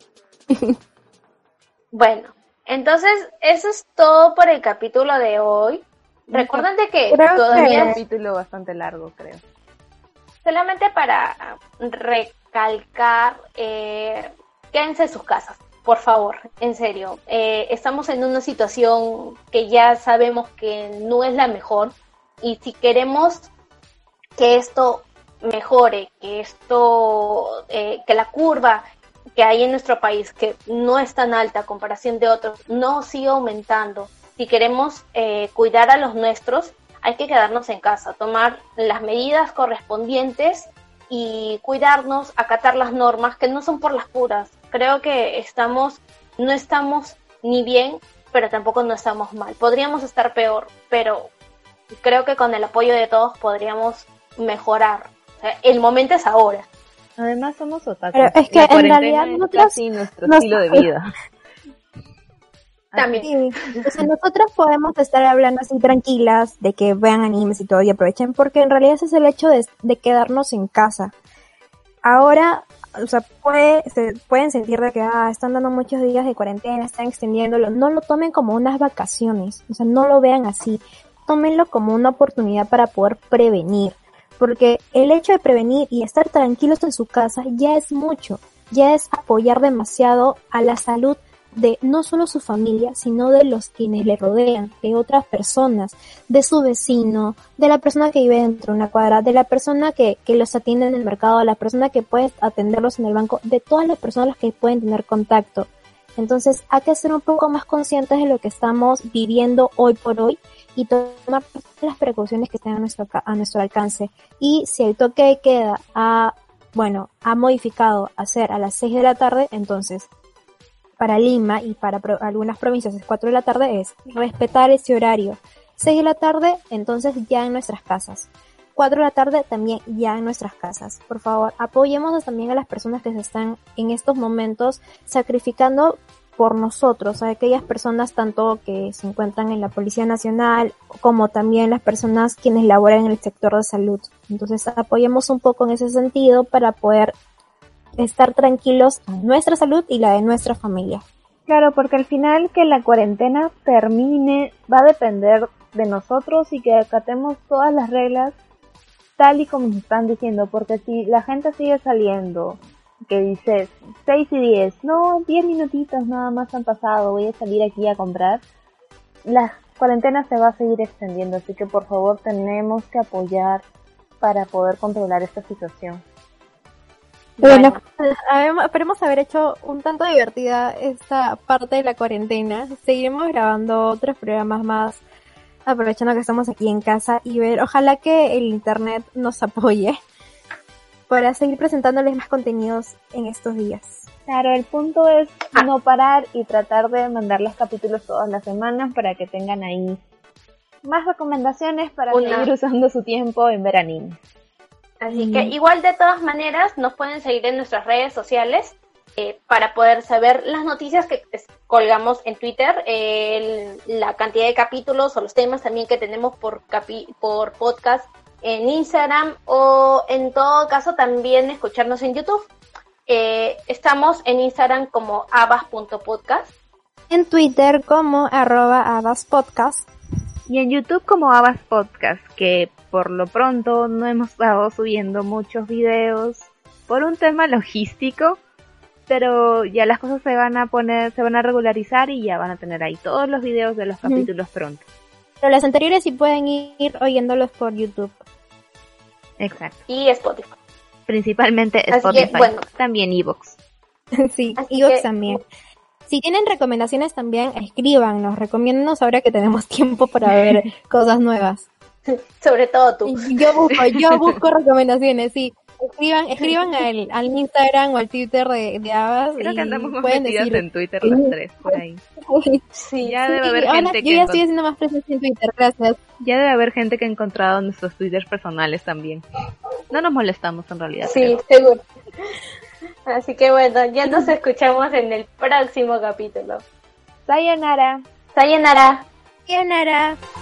Bueno, entonces eso es todo por el capítulo de hoy. Recuerden de que todavía es un capítulo bastante largo, creo. Solamente para recalcar, quédense en sus casas. Por favor, en serio, estamos en una situación que ya sabemos que no es la mejor, y si queremos que esto mejore, que la curva que hay en nuestro país, que no es tan alta a comparación de otros, no siga aumentando, si queremos cuidar a los nuestros, hay que quedarnos en casa, tomar las medidas correspondientes y cuidarnos, acatar las normas, que no son por las puras. Creo que no estamos ni bien, pero tampoco no estamos mal. Podríamos estar peor, pero creo que con el apoyo de todos podríamos mejorar. O sea, el momento es ahora. Además somos otakus. Pero es que La en cuarentena realidad es nosotros casi nuestro estilo de vida. También. Sí, o sea, nosotros podemos estar hablando así tranquilas de que vean animes y todo y aprovechen, porque en realidad ese es el hecho de quedarnos en casa. Ahora, o sea, se pueden sentir de que están dando muchos días de cuarentena, están extendiéndolo. No lo tomen como unas vacaciones, o sea, no lo vean así. Tómenlo como una oportunidad para poder prevenir, porque el hecho de prevenir y estar tranquilos en su casa ya es mucho, ya es apoyar demasiado a la salud de no solo su familia, sino de los quienes le rodean, de otras personas, de su vecino, de la persona que vive dentro de una cuadra, de la persona que los atiende en el mercado, de la persona que puede atenderlos en el banco, de todas las personas que pueden tener contacto. Entonces hay que ser un poco más conscientes de lo que estamos viviendo hoy por hoy y tomar las precauciones que estén a nuestro alcance. Y si el toque de queda ha modificado a ser a las 6 de la tarde, entonces para Lima y para algunas provincias es 4 de la tarde, es respetar ese horario. 6 de la tarde, entonces ya en nuestras casas. 4 de la tarde también ya en nuestras casas. Por favor, apoyemos también a las personas que se están en estos momentos sacrificando por nosotros, a aquellas personas tanto que se encuentran en la Policía Nacional como también las personas quienes laboran en el sector de salud. Entonces apoyemos un poco en ese sentido para poder estar tranquilos en nuestra salud y la de nuestra familia. Claro, porque al final que la cuarentena termine va a depender de nosotros y que acatemos todas las reglas tal y como nos están diciendo, porque si la gente sigue saliendo, que dices 6 y 10, no, 10 minutitos nada más han pasado, voy a salir aquí a comprar, la cuarentena se va a seguir extendiendo, así que por favor tenemos que apoyar para poder controlar esta situación. Bueno, esperemos haber hecho un tanto divertida esta parte de la cuarentena. Seguiremos grabando otros programas más, aprovechando que estamos aquí en casa y ver, ojalá que el internet nos apoye para seguir presentándoles más contenidos en estos días. Claro, el punto es no parar y tratar de mandarles capítulos todas las semanas para que tengan ahí más recomendaciones para seguir usando su tiempo en ver anime. Así que igual de todas maneras nos pueden seguir en nuestras redes sociales para poder saber las noticias que colgamos en Twitter, la cantidad de capítulos o los temas también que tenemos por podcast en Instagram o en todo caso también escucharnos en YouTube. Estamos en Instagram como abas.podcast. En Twitter como @abaspodcast. Y en YouTube como Abas Podcast, que por lo pronto no hemos estado subiendo muchos videos por un tema logístico, pero ya las cosas se van a regularizar y ya van a tener ahí todos los videos de los capítulos pronto. Pero las anteriores sí pueden ir oyéndolos por YouTube. Exacto. Y Spotify. Principalmente Así Spotify, que, bueno. también Evox. Sí, Así Evox que, también. Si tienen recomendaciones también, escríbanos, recomiéndanos ahora que tenemos tiempo para ver cosas nuevas. Sobre todo tú. Yo busco recomendaciones, sí. Escriban al Instagram o al Twitter de Abas. Creo que andamos más pueden metidas decir en Twitter las tres, por ahí. Sí, Ya debe haber ahora gente yo ya estoy haciendo más presencia en Twitter, gracias. Ya debe haber gente que ha encontrado nuestros Twitters personales también. No nos molestamos en realidad. Sí, seguro. Así que bueno, ya nos escuchamos en el próximo capítulo. Sayonara. Sayonara. Sayonara.